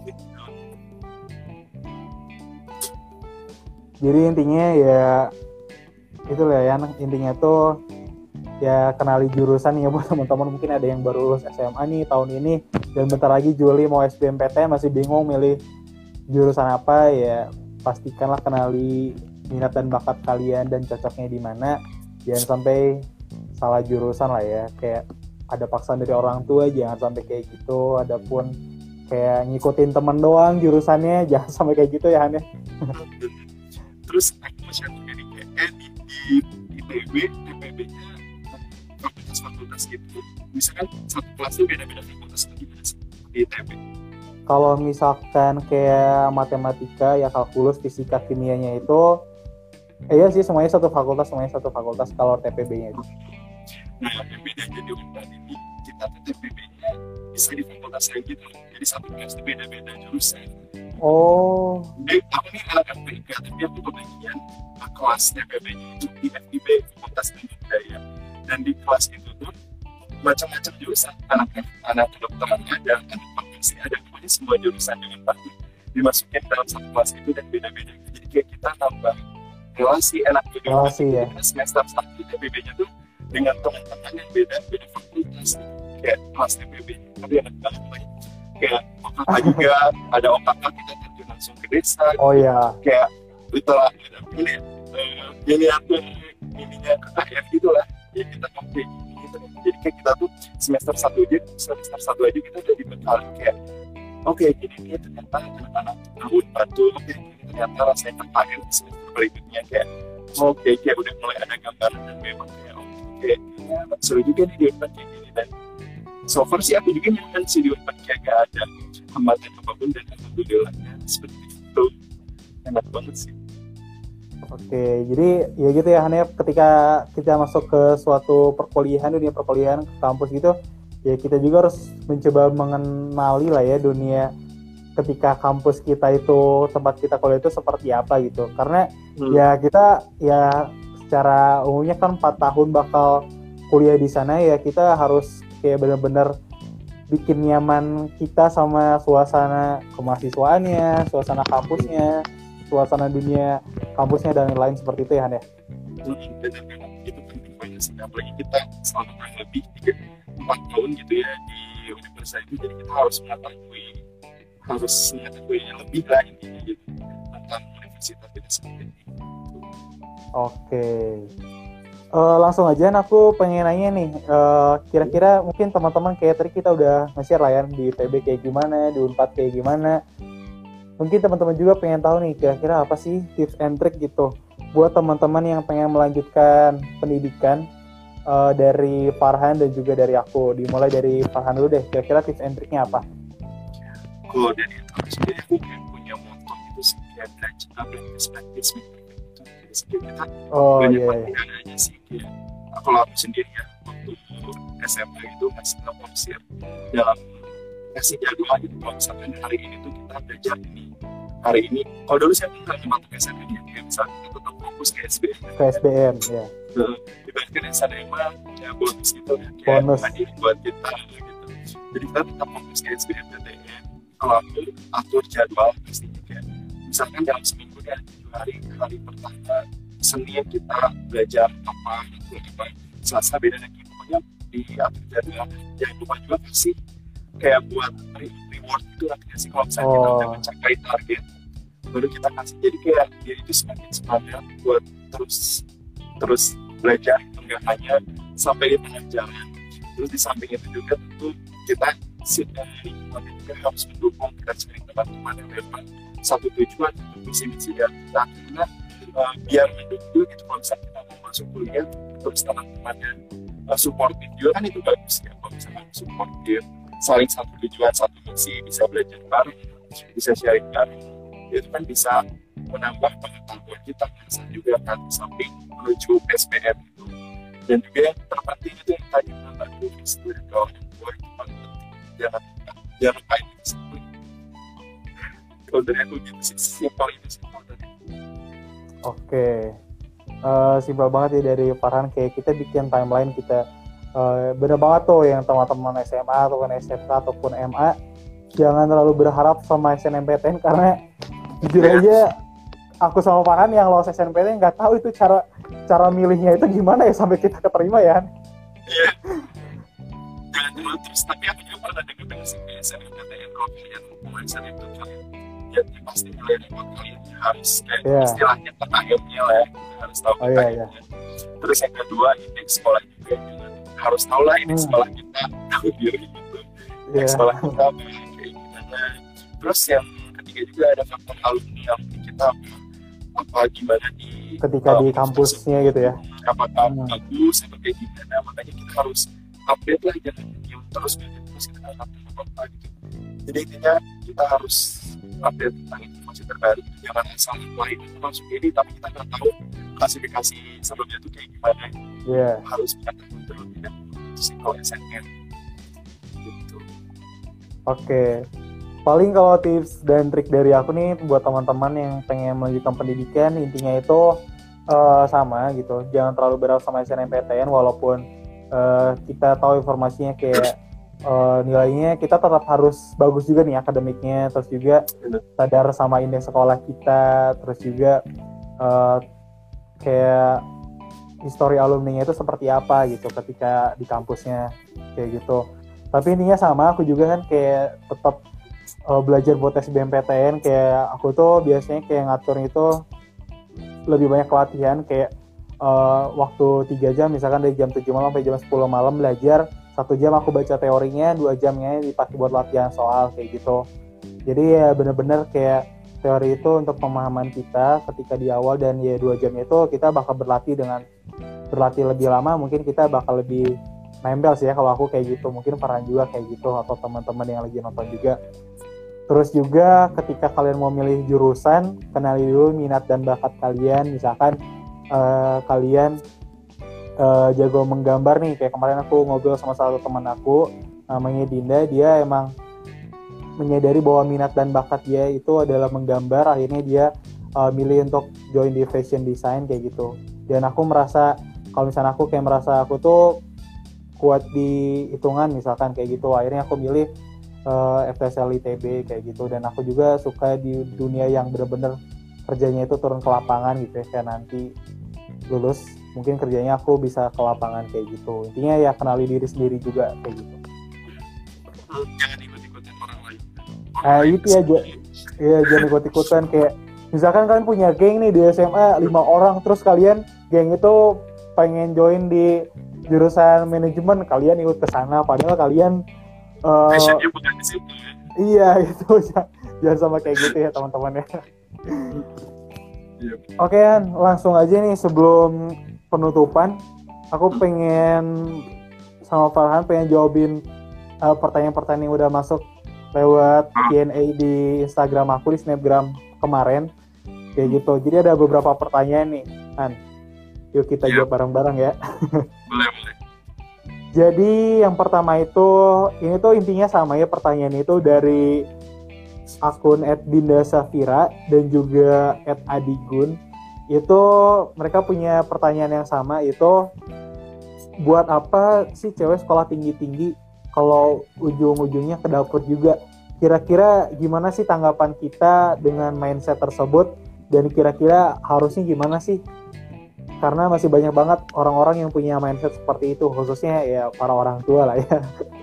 Jadi intinya ya itu lah ya, intinya tuh ya kenali jurusan ya buat teman-teman. Mungkin ada yang baru lulus S M A nih tahun ini dan bentar lagi Juli mau S B M P T N, masih bingung milih jurusan apa, ya pastikanlah kenali minat dan bakat kalian dan cocoknya di mana. Jangan sampai salah jurusan lah ya, kayak ada paksaan dari orang tua, jangan sampai kayak gitu. Adapun kayak ngikutin temen doang jurusannya, jangan sampai kayak gitu ya Han ya.
Terus aku masih ada dari kayak eh, di, di I T B, T P B-nya fakultas-fakultas gitu. Misalkan satu kelas itu beda-beda fakultas lagi di I T B.
Kalau misalkan kayak matematika ya kalkulus, fisika, kimianya itu eh, iya sih semuanya satu fakultas, semuanya satu fakultas kalau T P B-nya itu.
Nah, yang beda jadi unpad ini kita T P B-nya bisa di fakultas yang gitu. Jadi satu kelas itu beda-beda jurusan.
Oh.
Jadi aku nih anak F P I K, tapi aku kebagian kelasnya P B-nya itu di F I B, Fakultas Ilmu Budaya. Dan di kelas itu tuh macam-macam jurusan, anak anak kedokteran ada, anak farmasi ada, pokoknya semua jurusan dengan bagus. dimasukin dalam satu kelas itu dan beda-beda. Jadi kayak kita tambah relasi enak gitu.
Relasi ya.
Semester satu T B B-nya tuh dengan teman-teman yang beda beda fakultas gitu. Kayak kelas T B B tapi enak banget lagi. Kayak O K K juga ada O K K kita terjun langsung ke desa.
Oh iya.
Kayak literal ini uh, ini aku ininya K K R gitu lah. Ya kita ngopi gitu. Jadi kayak kita tuh semester satu aja semester satu aja kita udah dibekali kayak oke okay, gini nih ternyata anak-anak tahun batu ternyata rasanya terpakai di semester berikutnya kayak oke okay, kayak udah mulai ada gambaran dan memang kayak oke okay, ya, seru juga nih di Unpad kayak gini dan so far sih aku juga nyaman sih di Unpad kayak gak ada hambatan apapun dan alhamdulillahnya seperti itu enak banget sih.
Oke, jadi ya gitu ya Hanif, ketika kita masuk ke suatu perkuliahan, dunia perkuliahan, ke kampus gitu, ya kita juga harus mencoba mengenali lah ya dunia ketika kampus kita itu, tempat kita kuliah itu seperti apa gitu. Karena hmm. ya kita ya secara umumnya kan empat tahun bakal kuliah di sana, ya kita harus kayak benar-benar bikin nyaman kita sama suasana kemahasiswaannya, suasana kampusnya, suasana dunia kampusnya dan lain seperti itu ya Han ya.
Benar-benar itu penting banget sih, apalagi kita selama kurang lebih tiga empat tahun gitu ya di universitas itu, jadi kita harus mengetahui harus mengetahui yang lebih lah intinya gitu tentang universitas itu sendiri.
Oke, uh, langsung aja aku pengen nanya nih, uh, kira-kira mungkin teman-teman kayak tadi kita udah nge-share lah ya di U T B kayak gimana, di Unpad kayak gimana. Mungkin teman-teman juga pengen tahu nih kira-kira apa sih tips and trick gitu buat teman-teman yang pengen melanjutkan pendidikan uh, dari Farhan dan juga dari aku. Dimulai dari Farhan dulu deh, kira-kira tips and tricknya apa?
Kalau dari aku sendiri aku punya moto itu sih kayak belajar practice practice itu jadi kita
oh,
banyak
yeah.
latihan aja sih kayak kalau aku sendiri ya waktu S M A itu masih ngeporsir dalam kasih jadwal gitu kalau misalkan hari ini tuh kita belajar ini hari ini kalau dulu saya nggak cuma pakai S M P ya misalnya kita tetap fokus ke S B M
ke S B M ya
dibandingkan S N M A ya bonus gitu kayak
bonus
hadir buat kita gitu jadi kita tetap fokus ke S B M dan T N kalau aku atur jadwal pastinya kayak misalkan dalam seminggu ya tujuh hari hari pertama Senin kita belajar apa apa Selasa beda lagi pokoknya diatur jadwal jangan lupa juga kasih kayak buat reward itu artinya sih kalau misalnya oh. kita udah mencapai target baru kita kasih jadi kayak dia itu semakin semangat buat terus terus belajar nggak hanya sampai di tengah jalan terus di samping itu juga tentu kita lingkungan juga harus mendukung kita sering teman-teman yang memang satu tujuan visi misi dan kita karena uh, biar mendukung gitu kalau misalnya kita mau masuk kuliah terus teman-temannya uh, supportive juga kan itu bagus ya kalau misalnya supportive saling satu tujuan satu misi bisa belajar bareng bisa sharing bareng itu kan bisa menambah pengetahuan kita bisa juga kan samping menuju S P M itu dan juga yang terpenting itu yang tadi menambah itu kalau yang tua itu paling penting jangan jangan lupain disiplin kalau dari aku gitu sih simpel itu simpel tadi.
Oke uh, simpel banget ya dari Farhan kayak kita bikin timeline kita. Uh, bener banget tuh yang teman-teman S M A ataupun S M K ataupun M A jangan terlalu berharap sama S N M P T N karena jujur yeah. aja aku sama Farhan yang lolos S N M P T N nggak tahu itu cara cara milihnya itu gimana ya sampai kita keterima ya.
Iya. Jangan dulu terus tapi aku juga pernah dengar sih S N M P T N kalau kalian mau S N M P T N ya pasti kalian buat kalian harus kayak yeah. istilahnya terakhirnya lah ya harus tahu oh, yeah, yeah. Terus yang kedua indeks sekolah juga jangan harus tahu lah ini hmm. sekolah kita tahu diri gitu yeah. sekolah kita kayak gimana terus yang ketiga juga ada faktor alumni alumni kita apa gimana di
ketika uh, di kampusnya gitu ya
apakah hmm. bagus atau kayak gimana makanya kita harus update lah jangan diam terus terus kita nggak update apa-apa gitu jadi intinya kita harus update tentang informasi terbaru jangan asal lain itu langsung ini tapi kita nggak tahu klasifikasi sebelumnya itu kayak gimana
yeah.
harus mengetahui terlebih dahulu psiko S N M gitu.
Oke, paling kalau tips dan trik dari aku nih buat teman-teman yang pengen melanjutkan pendidikan intinya itu uh, sama gitu, jangan terlalu berharap sama S N M P T N walaupun uh, kita tahu informasinya kayak uh, nilainya kita tetap harus bagus juga nih akademiknya, terus juga sadar sama indeks sekolah kita, terus juga uh, kayak histori alumni-nya itu seperti apa gitu ketika di kampusnya kayak gitu. Tapi intinya sama, aku juga kan kayak tetap uh, belajar buat tes B M P T N. Kayak aku tuh biasanya kayak ngatur itu lebih banyak latihan, kayak uh, waktu tiga jam misalkan dari jam tujuh malam sampai jam sepuluh malam belajar, satu jam aku baca teorinya, dua jamnya dipakai buat latihan soal kayak gitu. Jadi ya bener-bener kayak teori itu untuk pemahaman kita ketika di awal, dan ya dua jamnya itu kita bakal berlatih dengan berlatih lebih lama, mungkin kita bakal lebih nempel sih ya kalau aku kayak gitu. Mungkin Farhan juga kayak gitu, atau teman-teman yang lagi nonton juga. Terus juga ketika kalian mau milih jurusan, kenali dulu minat dan bakat kalian. Misalkan uh, kalian uh, jago menggambar nih, kayak kemarin aku ngobrol sama salah satu teman aku namanya Dinda, dia emang menyadari bahwa minat dan bakat dia itu adalah menggambar, akhirnya dia uh, milih untuk join di fashion design kayak gitu. Dan aku merasa, kalau misalnya aku kayak merasa aku tuh kuat di hitungan misalkan kayak gitu, akhirnya aku milih uh, F T S L I T B kayak gitu. Dan aku juga suka di dunia yang benar-benar kerjanya itu turun ke lapangan gitu ya, kayak nanti lulus mungkin kerjanya aku bisa ke lapangan kayak gitu. Intinya ya kenali diri sendiri juga kayak gitu.
Jangan ikut-ikutin orang lain.
Nah itu ya, ya jangan ikut-ikutan. Kayak misalkan kalian punya geng nih di S M A lima orang, terus kalian geng itu pengen join di jurusan manajemen, kalian ikut ke sana padahal kalian uh,
passionnya bukan di situ ya.
Iya itu, jangan sama kayak gitu ya teman-teman ya.
Yep.
Oke kan, langsung aja nih sebelum penutupan, aku pengen sama Farhan pengen jawabin uh, pertanyaan-pertanyaan yang udah masuk lewat Q and A di Instagram aku, di Snapgram kemarin kayak gitu. Jadi ada beberapa pertanyaan nih, Han. Yuk kita
Yep.
jawab bareng-bareng ya.
Boleh, boleh.
Jadi yang pertama itu, ini tuh intinya sama ya, pertanyaan itu dari akun et dinda safira dan juga et adigun. Itu mereka punya pertanyaan yang sama, itu buat apa sih cewek sekolah tinggi-tinggi kalau ujung-ujungnya ke dapur juga? Kira-kira gimana sih tanggapan kita dengan mindset tersebut, dan kira-kira harusnya gimana sih? Karena masih banyak banget orang-orang yang punya mindset seperti itu, khususnya ya para orang tua lah ya.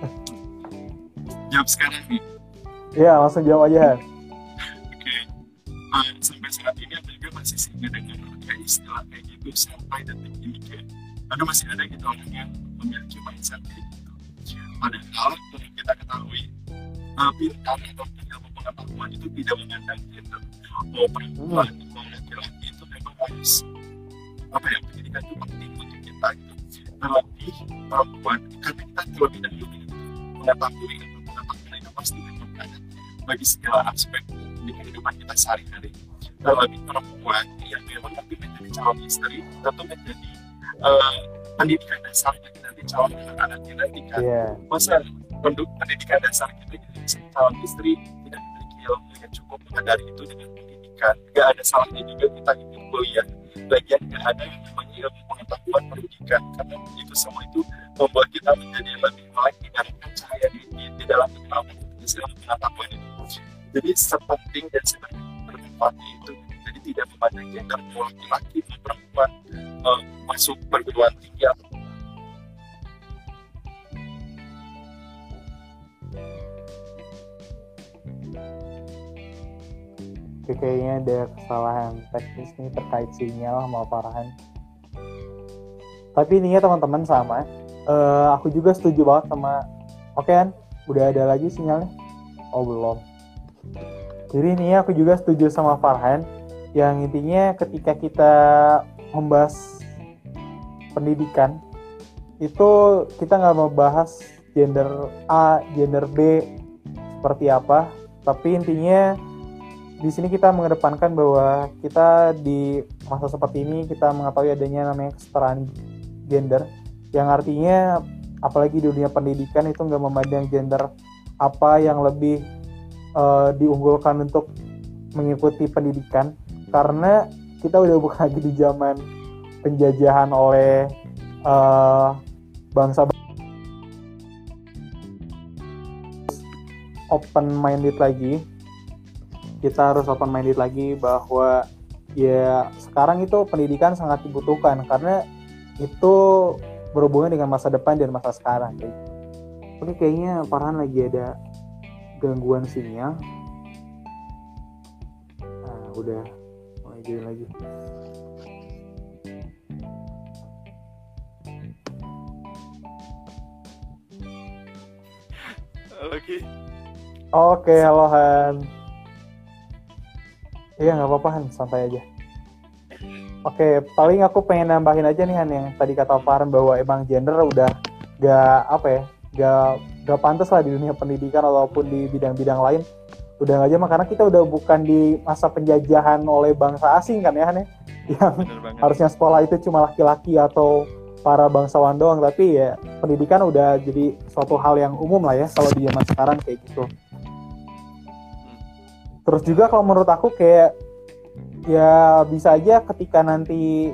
Jawab sekarang nih.
Ya langsung jawab aja.
Oke. Okay. Uh, sampai saat ini aku juga masih sering dengar kayak istilah kayak gitu sampai detik ini, kayak aduh masih ada gitu orang yang memiliki mindset kayak gitu. Padahal yang kita ketahui, uh, pintar atau ilmu pengetahuan itu tidak memandang gender. Mau perempuan, mau laki-laki itu memang harus apa ya, pendidikan itu penting untuk kita gitu. Terlebih perempuan, karena kita terlebih dahulu mengetahui ilmu pengetahuan itu pasti bermanfaat bagi segala aspek di kehidupan kita sehari-hari. Terlebih perempuan yang memang nanti menjadi calon istri, tentu menjadi uh, pendidikan dasarnya nanti calon anak-anak kita nanti kan.
Yeah.
Masa untuk pendidikan dasar kita jadi calon istri tidak memiliki ilmu yang cukup, maka dari itu dengan pendidikan nggak ada salahnya juga kita ikut kuliah. Bagian nggak ada yang namanya ilmu pengetahuan pendidikan, karena itu semua itu membuat kita menjadi lebih melek dibandingkan cahaya di, di, di dalam ilmu pengetahuan itu. Jadi sepenting dan sebermanfaatnya itu, jadi tidak memandang gender, mau laki-laki mau perempuan uh, masuk perguruan tinggi atau
Oke, kayaknya ada kesalahan teknis nih terkait sinyal sama Farhan. Tapi ininya teman-teman sama, uh, aku juga setuju banget sama. Oke kan, udah ada lagi sinyalnya? Oh belum. Jadi ini aku juga setuju sama Farhan, yang intinya ketika kita membahas pendidikan itu kita nggak membahas gender A, gender B seperti apa, tapi intinya di sini kita mengedepankan bahwa kita di masa seperti ini kita mengetahui adanya namanya kesetaraan gender, yang artinya apalagi di dunia pendidikan itu nggak memandang gender apa yang lebih uh, diunggulkan untuk mengikuti pendidikan, karena kita udah bukan lagi di zaman penjajahan oleh uh, bangsa open minded lagi. Kita harus open minded lagi bahwa ya sekarang itu pendidikan sangat dibutuhkan karena itu berhubungan dengan masa depan dan masa sekarang. Oke, kayaknya Farhan lagi ada gangguan sinyal. Nah, udah mulai jadi lagi.
Oke.
Oke, halo Han. Iya, nggak apa-apa Han, santai aja. Oke, paling aku pengen nambahin aja nih Han yang tadi kata Farhan bahwa emang gender udah gak apa ya, gak gak pantas lah di dunia pendidikan ataupun di bidang-bidang lain. Udah nggak zaman karena kita udah bukan di masa penjajahan oleh bangsa asing kan ya Han ya, yang harusnya sekolah itu cuma laki-laki atau para bangsawan doang, tapi ya pendidikan udah jadi suatu hal yang umum lah ya kalau di zaman sekarang kayak gitu. Terus juga kalau menurut aku kayak ya bisa aja ketika nanti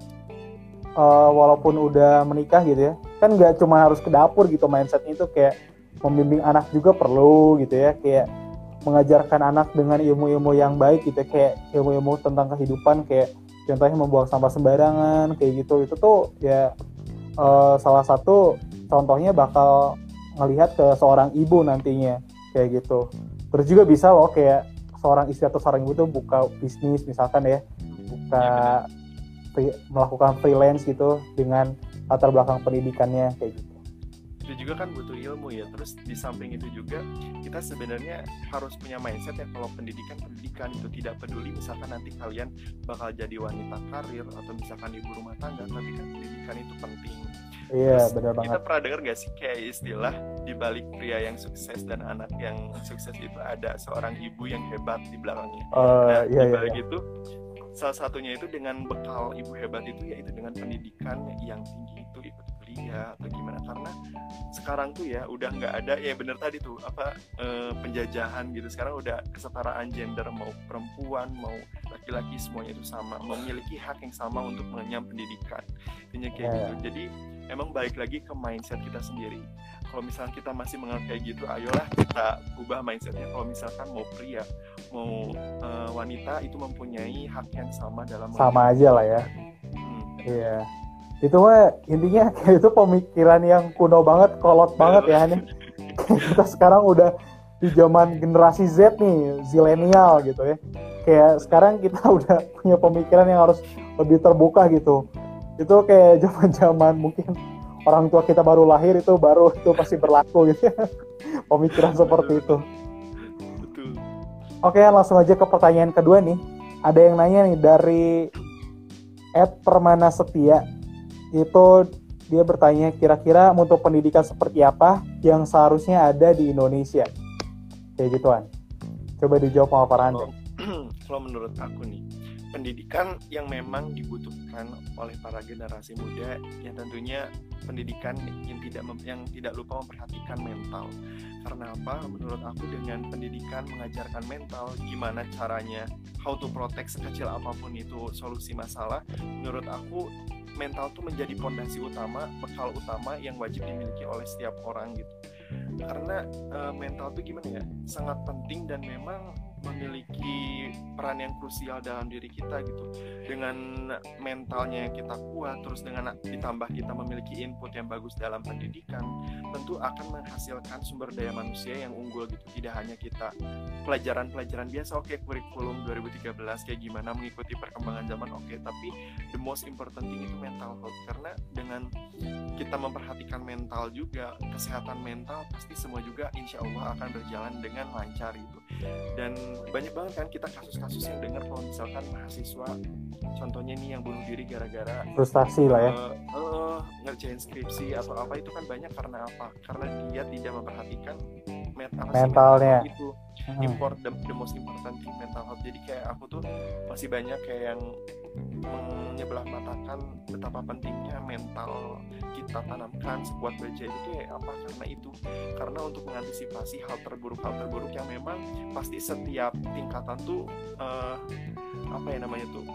uh, walaupun udah menikah gitu ya, kan nggak cuma harus ke dapur gitu mindsetnya, itu kayak membimbing anak juga perlu gitu ya, kayak mengajarkan anak dengan ilmu-ilmu yang baik gitu ya, kayak ilmu-ilmu tentang kehidupan, kayak contohnya membuang sampah sembarangan kayak gitu. Itu tuh ya uh, salah satu contohnya bakal ngelihat ke seorang ibu nantinya kayak gitu. Terus juga bisa loh kayak seorang istri atau seorang ibu tuh buka bisnis misalkan ya, buka free, melakukan freelance gitu dengan latar belakang pendidikannya kayak gitu.
Itu juga kan butuh ilmu ya. Terus di samping itu juga kita sebenarnya harus punya mindset ya kalau pendidikan pendidikan itu tidak peduli misalkan nanti kalian bakal jadi wanita karir atau misalkan ibu rumah tangga, tapi kan pendidikan itu penting.
Iya, benar banget.
Kita pernah dengar gak sih kayak istilah di balik pria yang sukses dan anak yang sukses itu ada seorang ibu yang hebat di belakangnya.
Uh,
nah,
iya,
di balik
iya.
itu salah satunya itu dengan bekal ibu hebat itu yaitu dengan pendidikan yang tinggi itu, ikut kuliah atau gimana, karena sekarang tuh ya udah nggak ada ya bener tadi tuh apa eh, penjajahan gitu. Sekarang udah kesetaraan gender, mau perempuan mau laki-laki semuanya itu sama, memiliki hak yang sama untuk mengenyam pendidikan. Intinya kayak
Yeah.
gitu. Jadi emang balik lagi ke mindset kita sendiri. Kalau misalnya kita masih menganggap kayak gitu, ayolah kita ubah mindsetnya. Kalau misalkan mau pria mau uh, wanita itu mempunyai hak yang sama dalam
sama aja lah ya.
Hmm.
Iya. Itu mah intinya kayak itu pemikiran yang kuno banget, kolot banget ya nih. Kita sekarang udah di zaman generasi Z nih, zilenial gitu ya. Kayak sekarang kita udah punya pemikiran yang harus lebih terbuka gitu. Itu kayak zaman-zaman mungkin orang tua kita baru lahir itu baru itu pasti berlaku gitu ya. Pemikiran seperti itu.
Betul.
Oke, langsung aja ke pertanyaan kedua nih. Ada yang nanya nih dari et permana setia. Itu dia bertanya kira-kira untuk pendidikan seperti apa yang seharusnya ada di Indonesia. Kayak gituan. Coba dijawab sama Farhan.
Kalau, kalau menurut aku nih, pendidikan yang memang dibutuhkan oleh para generasi muda yang tentunya pendidikan yang tidak yang tidak lupa memperhatikan mental. Karena apa? Menurut aku dengan pendidikan mengajarkan mental, gimana caranya, how to protect sekecil apapun itu solusi masalah. Menurut aku mental tuh menjadi fondasi utama, bekal utama yang wajib dimiliki oleh setiap orang gitu. Karena uh, mental tuh gimana ya, sangat penting dan memang memiliki peran yang krusial dalam diri kita gitu. Dengan mentalnya yang kita kuat, terus dengan ditambah kita memiliki input yang bagus dalam pendidikan, tentu akan menghasilkan sumber daya manusia yang unggul gitu. Tidak hanya kita pelajaran-pelajaran biasa, oke okay, kurikulum dua ribu tiga belas kayak gimana mengikuti perkembangan zaman, oke okay, tapi the most important thing itu mental health. Karena dengan kita memperhatikan mental juga, kesehatan mental, pasti semua juga insya Allah akan berjalan dengan lancar gitu. Dan banyak banget kan kita kasus-kasus yang dengar kalau misalkan mahasiswa contohnya nih yang bunuh diri gara-gara
frustasi lah ya,
uh, uh, ngerjain skripsi atau apa, itu kan banyak karena apa? Karena dia tidak memperhatikan mental,
mentalnya
mental itu hmm. import the, the most important thing, mental health. Jadi kayak aku tuh masih banyak kayak yang menyebelah matakan betapa pentingnya mental kita tanamkan sekuat baja itu ya apa, karena itu karena untuk mengantisipasi hal terburuk hal terburuk yang memang pasti setiap tingkatan tuh uh, apa ya namanya tuh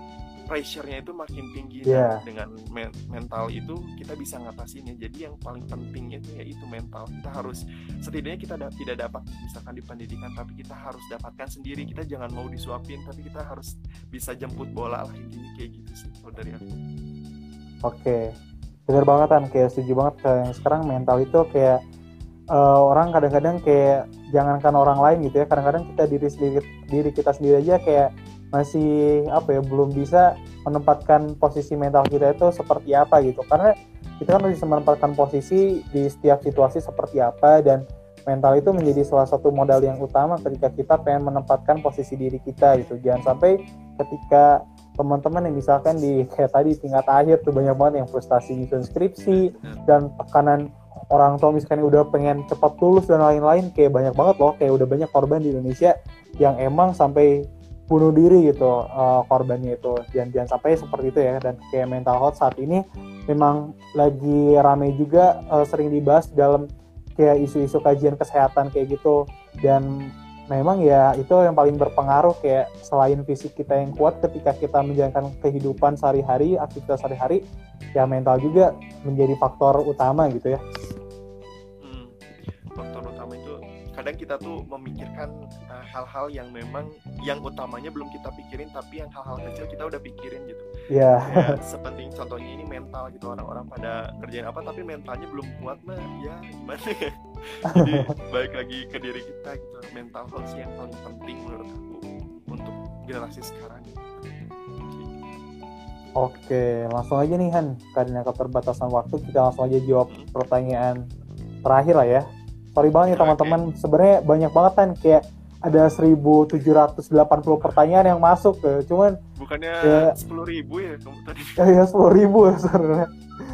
pressure-nya itu makin tinggi.
Yeah.
Dan dengan men- mental itu kita bisa ngatasinnya. Jadi yang paling penting itu ya itu mental. Kita harus setidaknya kita da- tidak dapat misalkan di pendidikan, tapi kita harus dapatkan sendiri. Kita jangan mau disuapin, tapi kita harus bisa jemput bola lah, intinya kayak gitu sih kalau dari aku.
Oke, bener banget kan, kayak setuju banget. Kayak sekarang mental itu kayak uh, orang kadang-kadang kayak jangankan orang lain gitu ya, kadang-kadang kita diri sendiri diri kita sendiri aja kayak masih apa ya, belum bisa menempatkan posisi mental kita itu seperti apa gitu, karena kita kan bisa menempatkan posisi di setiap situasi seperti apa, dan mental itu menjadi salah satu modal yang utama ketika kita pengen menempatkan posisi diri kita gitu. Jangan sampai ketika teman-teman yang misalkan di kayak tadi tingkat akhir tuh banyak banget yang frustasi nyusun skripsi dan tekanan orang tua misalkan udah pengen cepat lulus dan lain-lain, kayak banyak banget loh, kayak udah banyak korban di Indonesia yang emang sampai bunuh diri gitu uh, korbannya itu. Jangan jangan sampai seperti itu ya. Dan kayak mental health saat ini memang lagi ramai juga, uh, sering dibahas dalam kayak isu-isu kajian kesehatan kayak gitu. Dan memang ya itu yang paling berpengaruh, kayak selain fisik kita yang kuat ketika kita menjalankan kehidupan sehari-hari, aktivitas sehari-hari, ya mental juga menjadi faktor utama gitu ya.
Hmm, faktor utama itu kadang kita tuh memikirkan uh, hal-hal yang memang yang utamanya belum kita pikirin, tapi yang hal-hal kecil kita udah pikirin gitu.
Iya.
Yeah. Sepenting contohnya ini mental gitu, orang-orang pada kerjain apa tapi mentalnya belum kuat mah ya gimana ya. Jadi balik lagi ke diri kita gitu, mental health sih yang paling penting menurut aku untuk generasi sekarang.
Oke, langsung aja nih Han, karena keterbatasan waktu kita langsung aja jawab hmm. pertanyaan terakhir lah ya. Sorry banget nih teman-teman, okay. Sebenarnya banyak banget kan, kayak ada seribu tujuh ratus delapan puluh pertanyaan yang masuk ya. Cuman
bukannya ya, sepuluh ribu ya kamu tadi?
Ya, ya sepuluh ribu ya sebenarnya.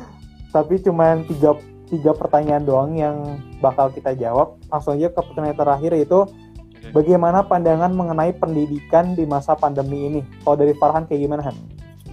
Tapi cuman tiga, tiga pertanyaan doang yang bakal kita jawab. Langsung aja ke pertanyaan terakhir, yaitu okay. Bagaimana pandangan mengenai pendidikan di masa pandemi ini? Kalau dari Farhan kayak gimana Han?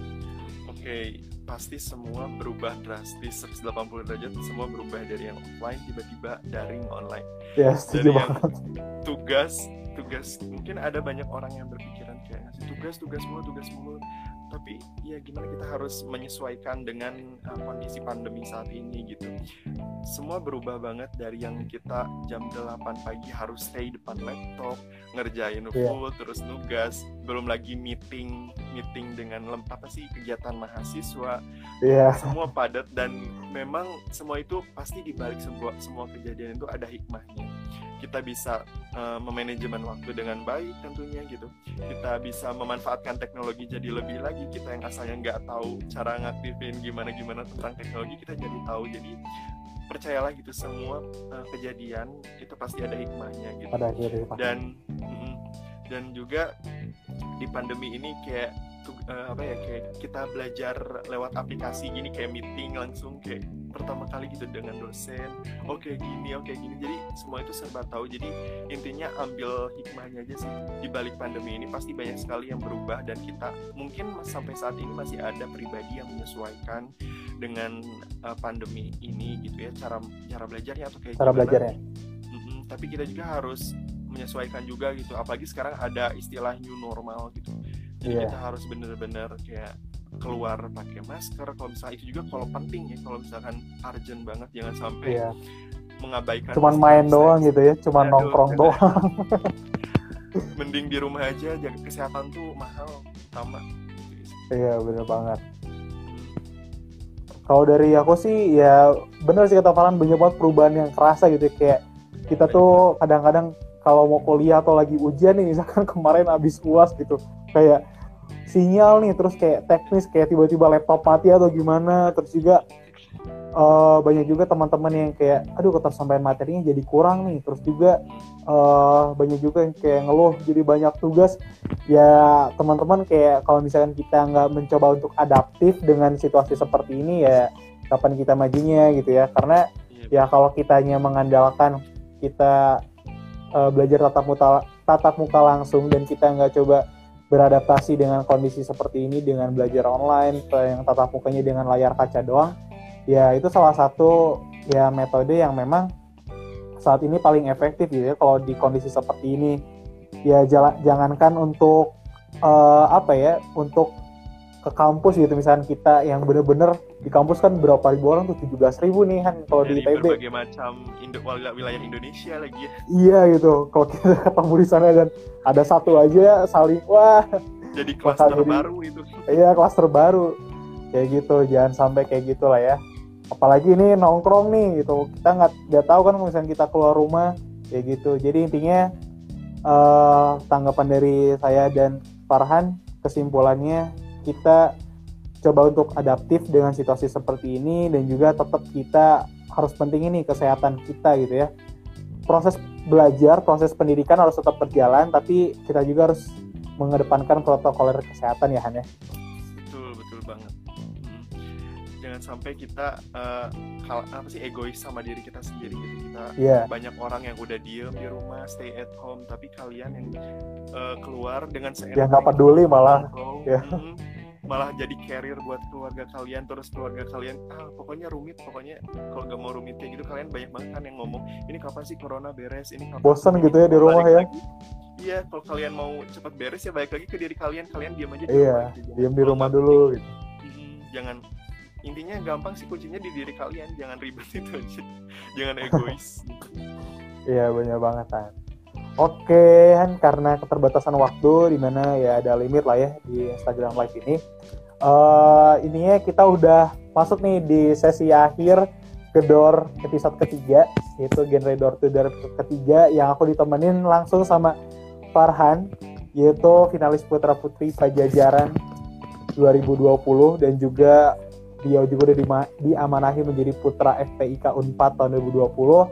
Oke, okay. Pasti semua berubah drastis seratus delapan puluh derajat, semua berubah dari yang offline tiba-tiba daring online.
Ya, setuju
dari
banget.
Tugas, tugas mungkin ada banyak orang yang berpikiran kayak ngasih tugas, tugas mulu, tugas mulu. Tapi ya gimana kita harus menyesuaikan dengan uh, kondisi pandemi saat ini gitu. Semua berubah banget dari yang kita jam delapan pagi harus stay depan laptop, ngerjain full, yeah. Terus nugas, belum lagi meeting, meeting dengan lem, apa sih kegiatan mahasiswa, yeah. Semua padat, dan memang semua itu pasti dibalik semua, semua kejadian itu ada hikmahnya. Kita bisa uh, memanajemen waktu dengan baik tentunya gitu. Kita bisa memanfaatkan teknologi jadi lebih lagi. Kita yang asalnya nggak tahu cara ngaktifin gimana-gimana tentang teknologi, kita jadi tahu. Jadi percayalah gitu, semua uh, kejadian itu pasti ada hikmahnya gitu.
Ada hikmah.
Dan mm, dan juga di pandemi ini kayak uh, apa ya, kayak kita belajar lewat aplikasi gini, kayak meeting langsung kayak pertama kali gitu dengan dosen. Oke okay, gini, oke okay, gini. Jadi semua itu serba tahu. Jadi intinya ambil hikmahnya aja sih. Di balik pandemi ini pasti banyak sekali yang berubah, dan kita mungkin sampai saat ini masih ada pribadi yang menyesuaikan dengan uh, pandemi ini gitu ya, cara cara belajarnya atau kayak
cara
gimana.
belajarnya.
Mm-mm, tapi kita juga harus menyesuaikan juga gitu. Apalagi sekarang ada istilah new normal gitu. Jadi yeah. Kita harus benar-benar kayak keluar pakai masker kalau misalnya itu juga kalau penting ya, kalau misalkan urgent banget jangan sampai yeah. mengabaikan.
Cuman main doang gitu ya, cuman ya, nongkrong do- doang.
Mending di rumah aja, jaga kesehatan tuh mahal utama.
Iya benar banget. Kalau dari aku sih ya benar sih kata Farhan, banyak banget perubahan yang kerasa gitu, kayak kita tuh kadang-kadang kalau mau kuliah atau lagi ujian nih, misalkan kemarin habis U A S gitu, kayak sinyal nih, terus kayak teknis, kayak tiba-tiba laptop mati atau gimana, terus juga uh, banyak juga teman-teman yang kayak aduh ketersampaian materinya jadi kurang nih, terus juga uh, banyak juga yang kayak ngeluh jadi banyak tugas. Ya teman-teman kayak kalau misalkan kita nggak mencoba untuk adaptif dengan situasi seperti ini, ya kapan kita majunya gitu ya, karena ya kalau kitanya mengandalkan kita uh, belajar tatap muka tatap muka langsung, dan kita nggak coba beradaptasi dengan kondisi seperti ini dengan belajar online yang tatap mukanya dengan layar kaca doang, ya itu salah satu ya metode yang memang saat ini paling efektif gitu ya kalau di kondisi seperti ini. Ya jala, jangankan untuk uh, apa ya untuk ke kampus gitu, misalkan kita yang bener-bener di kampus kan berapa ribu orang tuh, tujuh belas ribu nih kan kalau di
Dari
I T B.
berbagai macam Indo- wilayah Indonesia lagi ya.
Iya gitu, kalau kita ketemu di sana dan ada satu aja saling wah,
Jadi
bakal
klaster
jadi-
baru itu.
iya klaster baru kayak gitu. Jangan sampai kayak gitu lah ya, apalagi ini nongkrong nih gitu, kita nggak nggak tahu kan kalau misalnya kita keluar rumah kayak gitu. Jadi intinya eh, tanggapan dari saya dan Farhan, kesimpulannya kita coba untuk adaptif dengan situasi seperti ini, dan juga tetap kita harus penting ini kesehatan kita gitu ya. Proses belajar, proses pendidikan harus tetap berjalan, tapi kita juga harus mengedepankan protokol kesehatan ya Han ya.
Betul, betul banget. Hmm. Jangan sampai kita uh, kal- apa sih egois sama diri kita sendiri gitu. Kita
Iya.
banyak orang yang udah diem di rumah, stay at home, tapi kalian yang uh, keluar dengan
Yang
seenaknya
nggak peduli malah.
nongkrong,
Ya.
hmm, malah jadi carrier buat keluarga kalian, terus keluarga kalian ah pokoknya rumit, pokoknya kalau nggak mau rumit kayak gitu. Kalian banyak banget kan yang ngomong ini kapan sih corona beres, ini kapan
Bosen
sih
gitu
ini
ya di
balik
rumah ya.
lagi. Iya, kalau kalian mau cepat beres ya balik lagi ke diri kalian, kalian diam aja di
Iya,
rumah aja.
diam di
Kalau
rumah
nggak
dulu
penting,
gitu.
mm, jangan, intinya gampang sih, kuncinya di diri kalian, jangan ribet itu aja, jangan egois.
Iya, benar banget Han. Oke Han, karena keterbatasan waktu di mana ya ada limit lah ya di Instagram Live ini. Eh ininya kita udah masuk nih di sesi akhir Gedor episode ketiga, yaitu genre door to door episode ketiga, yang aku ditemenin langsung sama Farhan, yaitu finalis putra putri Pajajaran dua ribu dua puluh, dan juga dia juga udah dima- diamanahi menjadi putra F P I K Unpad tahun dua ribu dua puluh.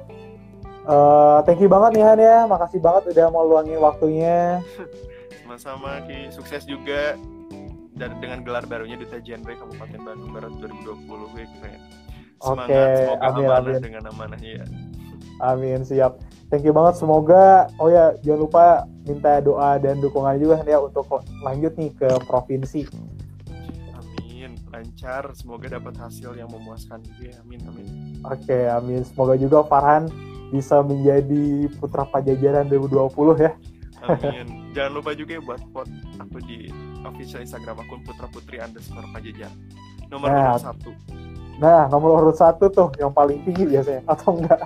Uh, thank you banget nih Han ya, makasih banget udah mau luangin waktunya.
Sama-sama Ki, sukses juga dan dengan gelar barunya Duta Genre Kabupaten Bandung Barat dua ribu dua puluh. Gue keren. Semangat,
Oke,
semoga
amin,
amanah
amin.
dengan amanahnya ya.
Amin, siap. Thank you banget, semoga, oh ya jangan lupa minta doa dan dukungan juga Han ya untuk lanjut nih ke provinsi.
Amin, lancar, semoga dapat hasil yang memuaskan juga. Amin, amin.
Oke, amin. Semoga juga Farhan bisa menjadi putra Pajajaran dua ribu dua puluh ya.
Amin. Jangan lupa juga ya buat vote aku di official Instagram akun putra putri underscore pajajaran. Nomor
Nah.
nomor satu.
Nah, nomor urut satu tuh yang paling tinggi biasanya, atau enggak?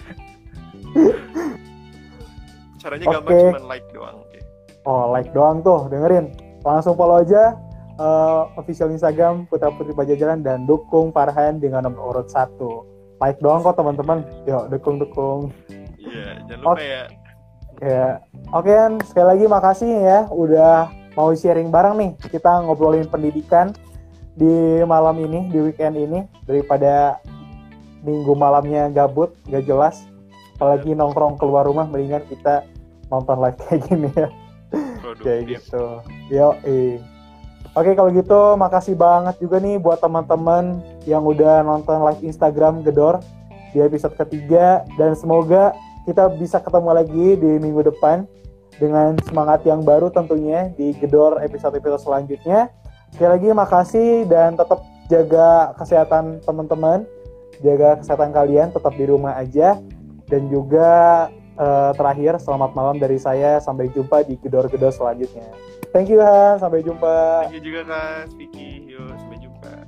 Caranya
Oke.
gampang, cuma like doang. Oke.
Oh, like doang tuh, dengerin. Langsung follow aja uh, official Instagram Putra Putri Pajajaran dan dukung Farhan dengan nomor urut satu. Like doang kok teman-teman. Yuk, dukung-dukung.
Iya, jangan lupa
Oke.
ya.
Ya, oke kan. Sekali lagi makasih ya udah mau sharing bareng nih. Kita ngobrolin pendidikan di malam ini, di weekend ini, daripada minggu malamnya gabut, gak jelas. Apalagi nongkrong keluar rumah, mendingan kita nonton live kayak gini ya.
Produktif.
Kayak gitu. Yo, eh. Oke kalau gitu makasih banget juga nih buat teman-teman yang udah nonton live Instagram Gedor di episode ketiga, dan semoga kita bisa ketemu lagi di minggu depan dengan semangat yang baru tentunya di Gedor episode-episode selanjutnya. Sekali lagi makasih, dan tetap jaga kesehatan teman-teman, jaga kesehatan kalian, tetap di rumah aja, dan juga eh, terakhir selamat malam dari saya, sampai jumpa di Gedor-Gedor selanjutnya. Thank you Han, sampai jumpa.
Thank you juga Kak Vicky. Yuk, sampai jumpa.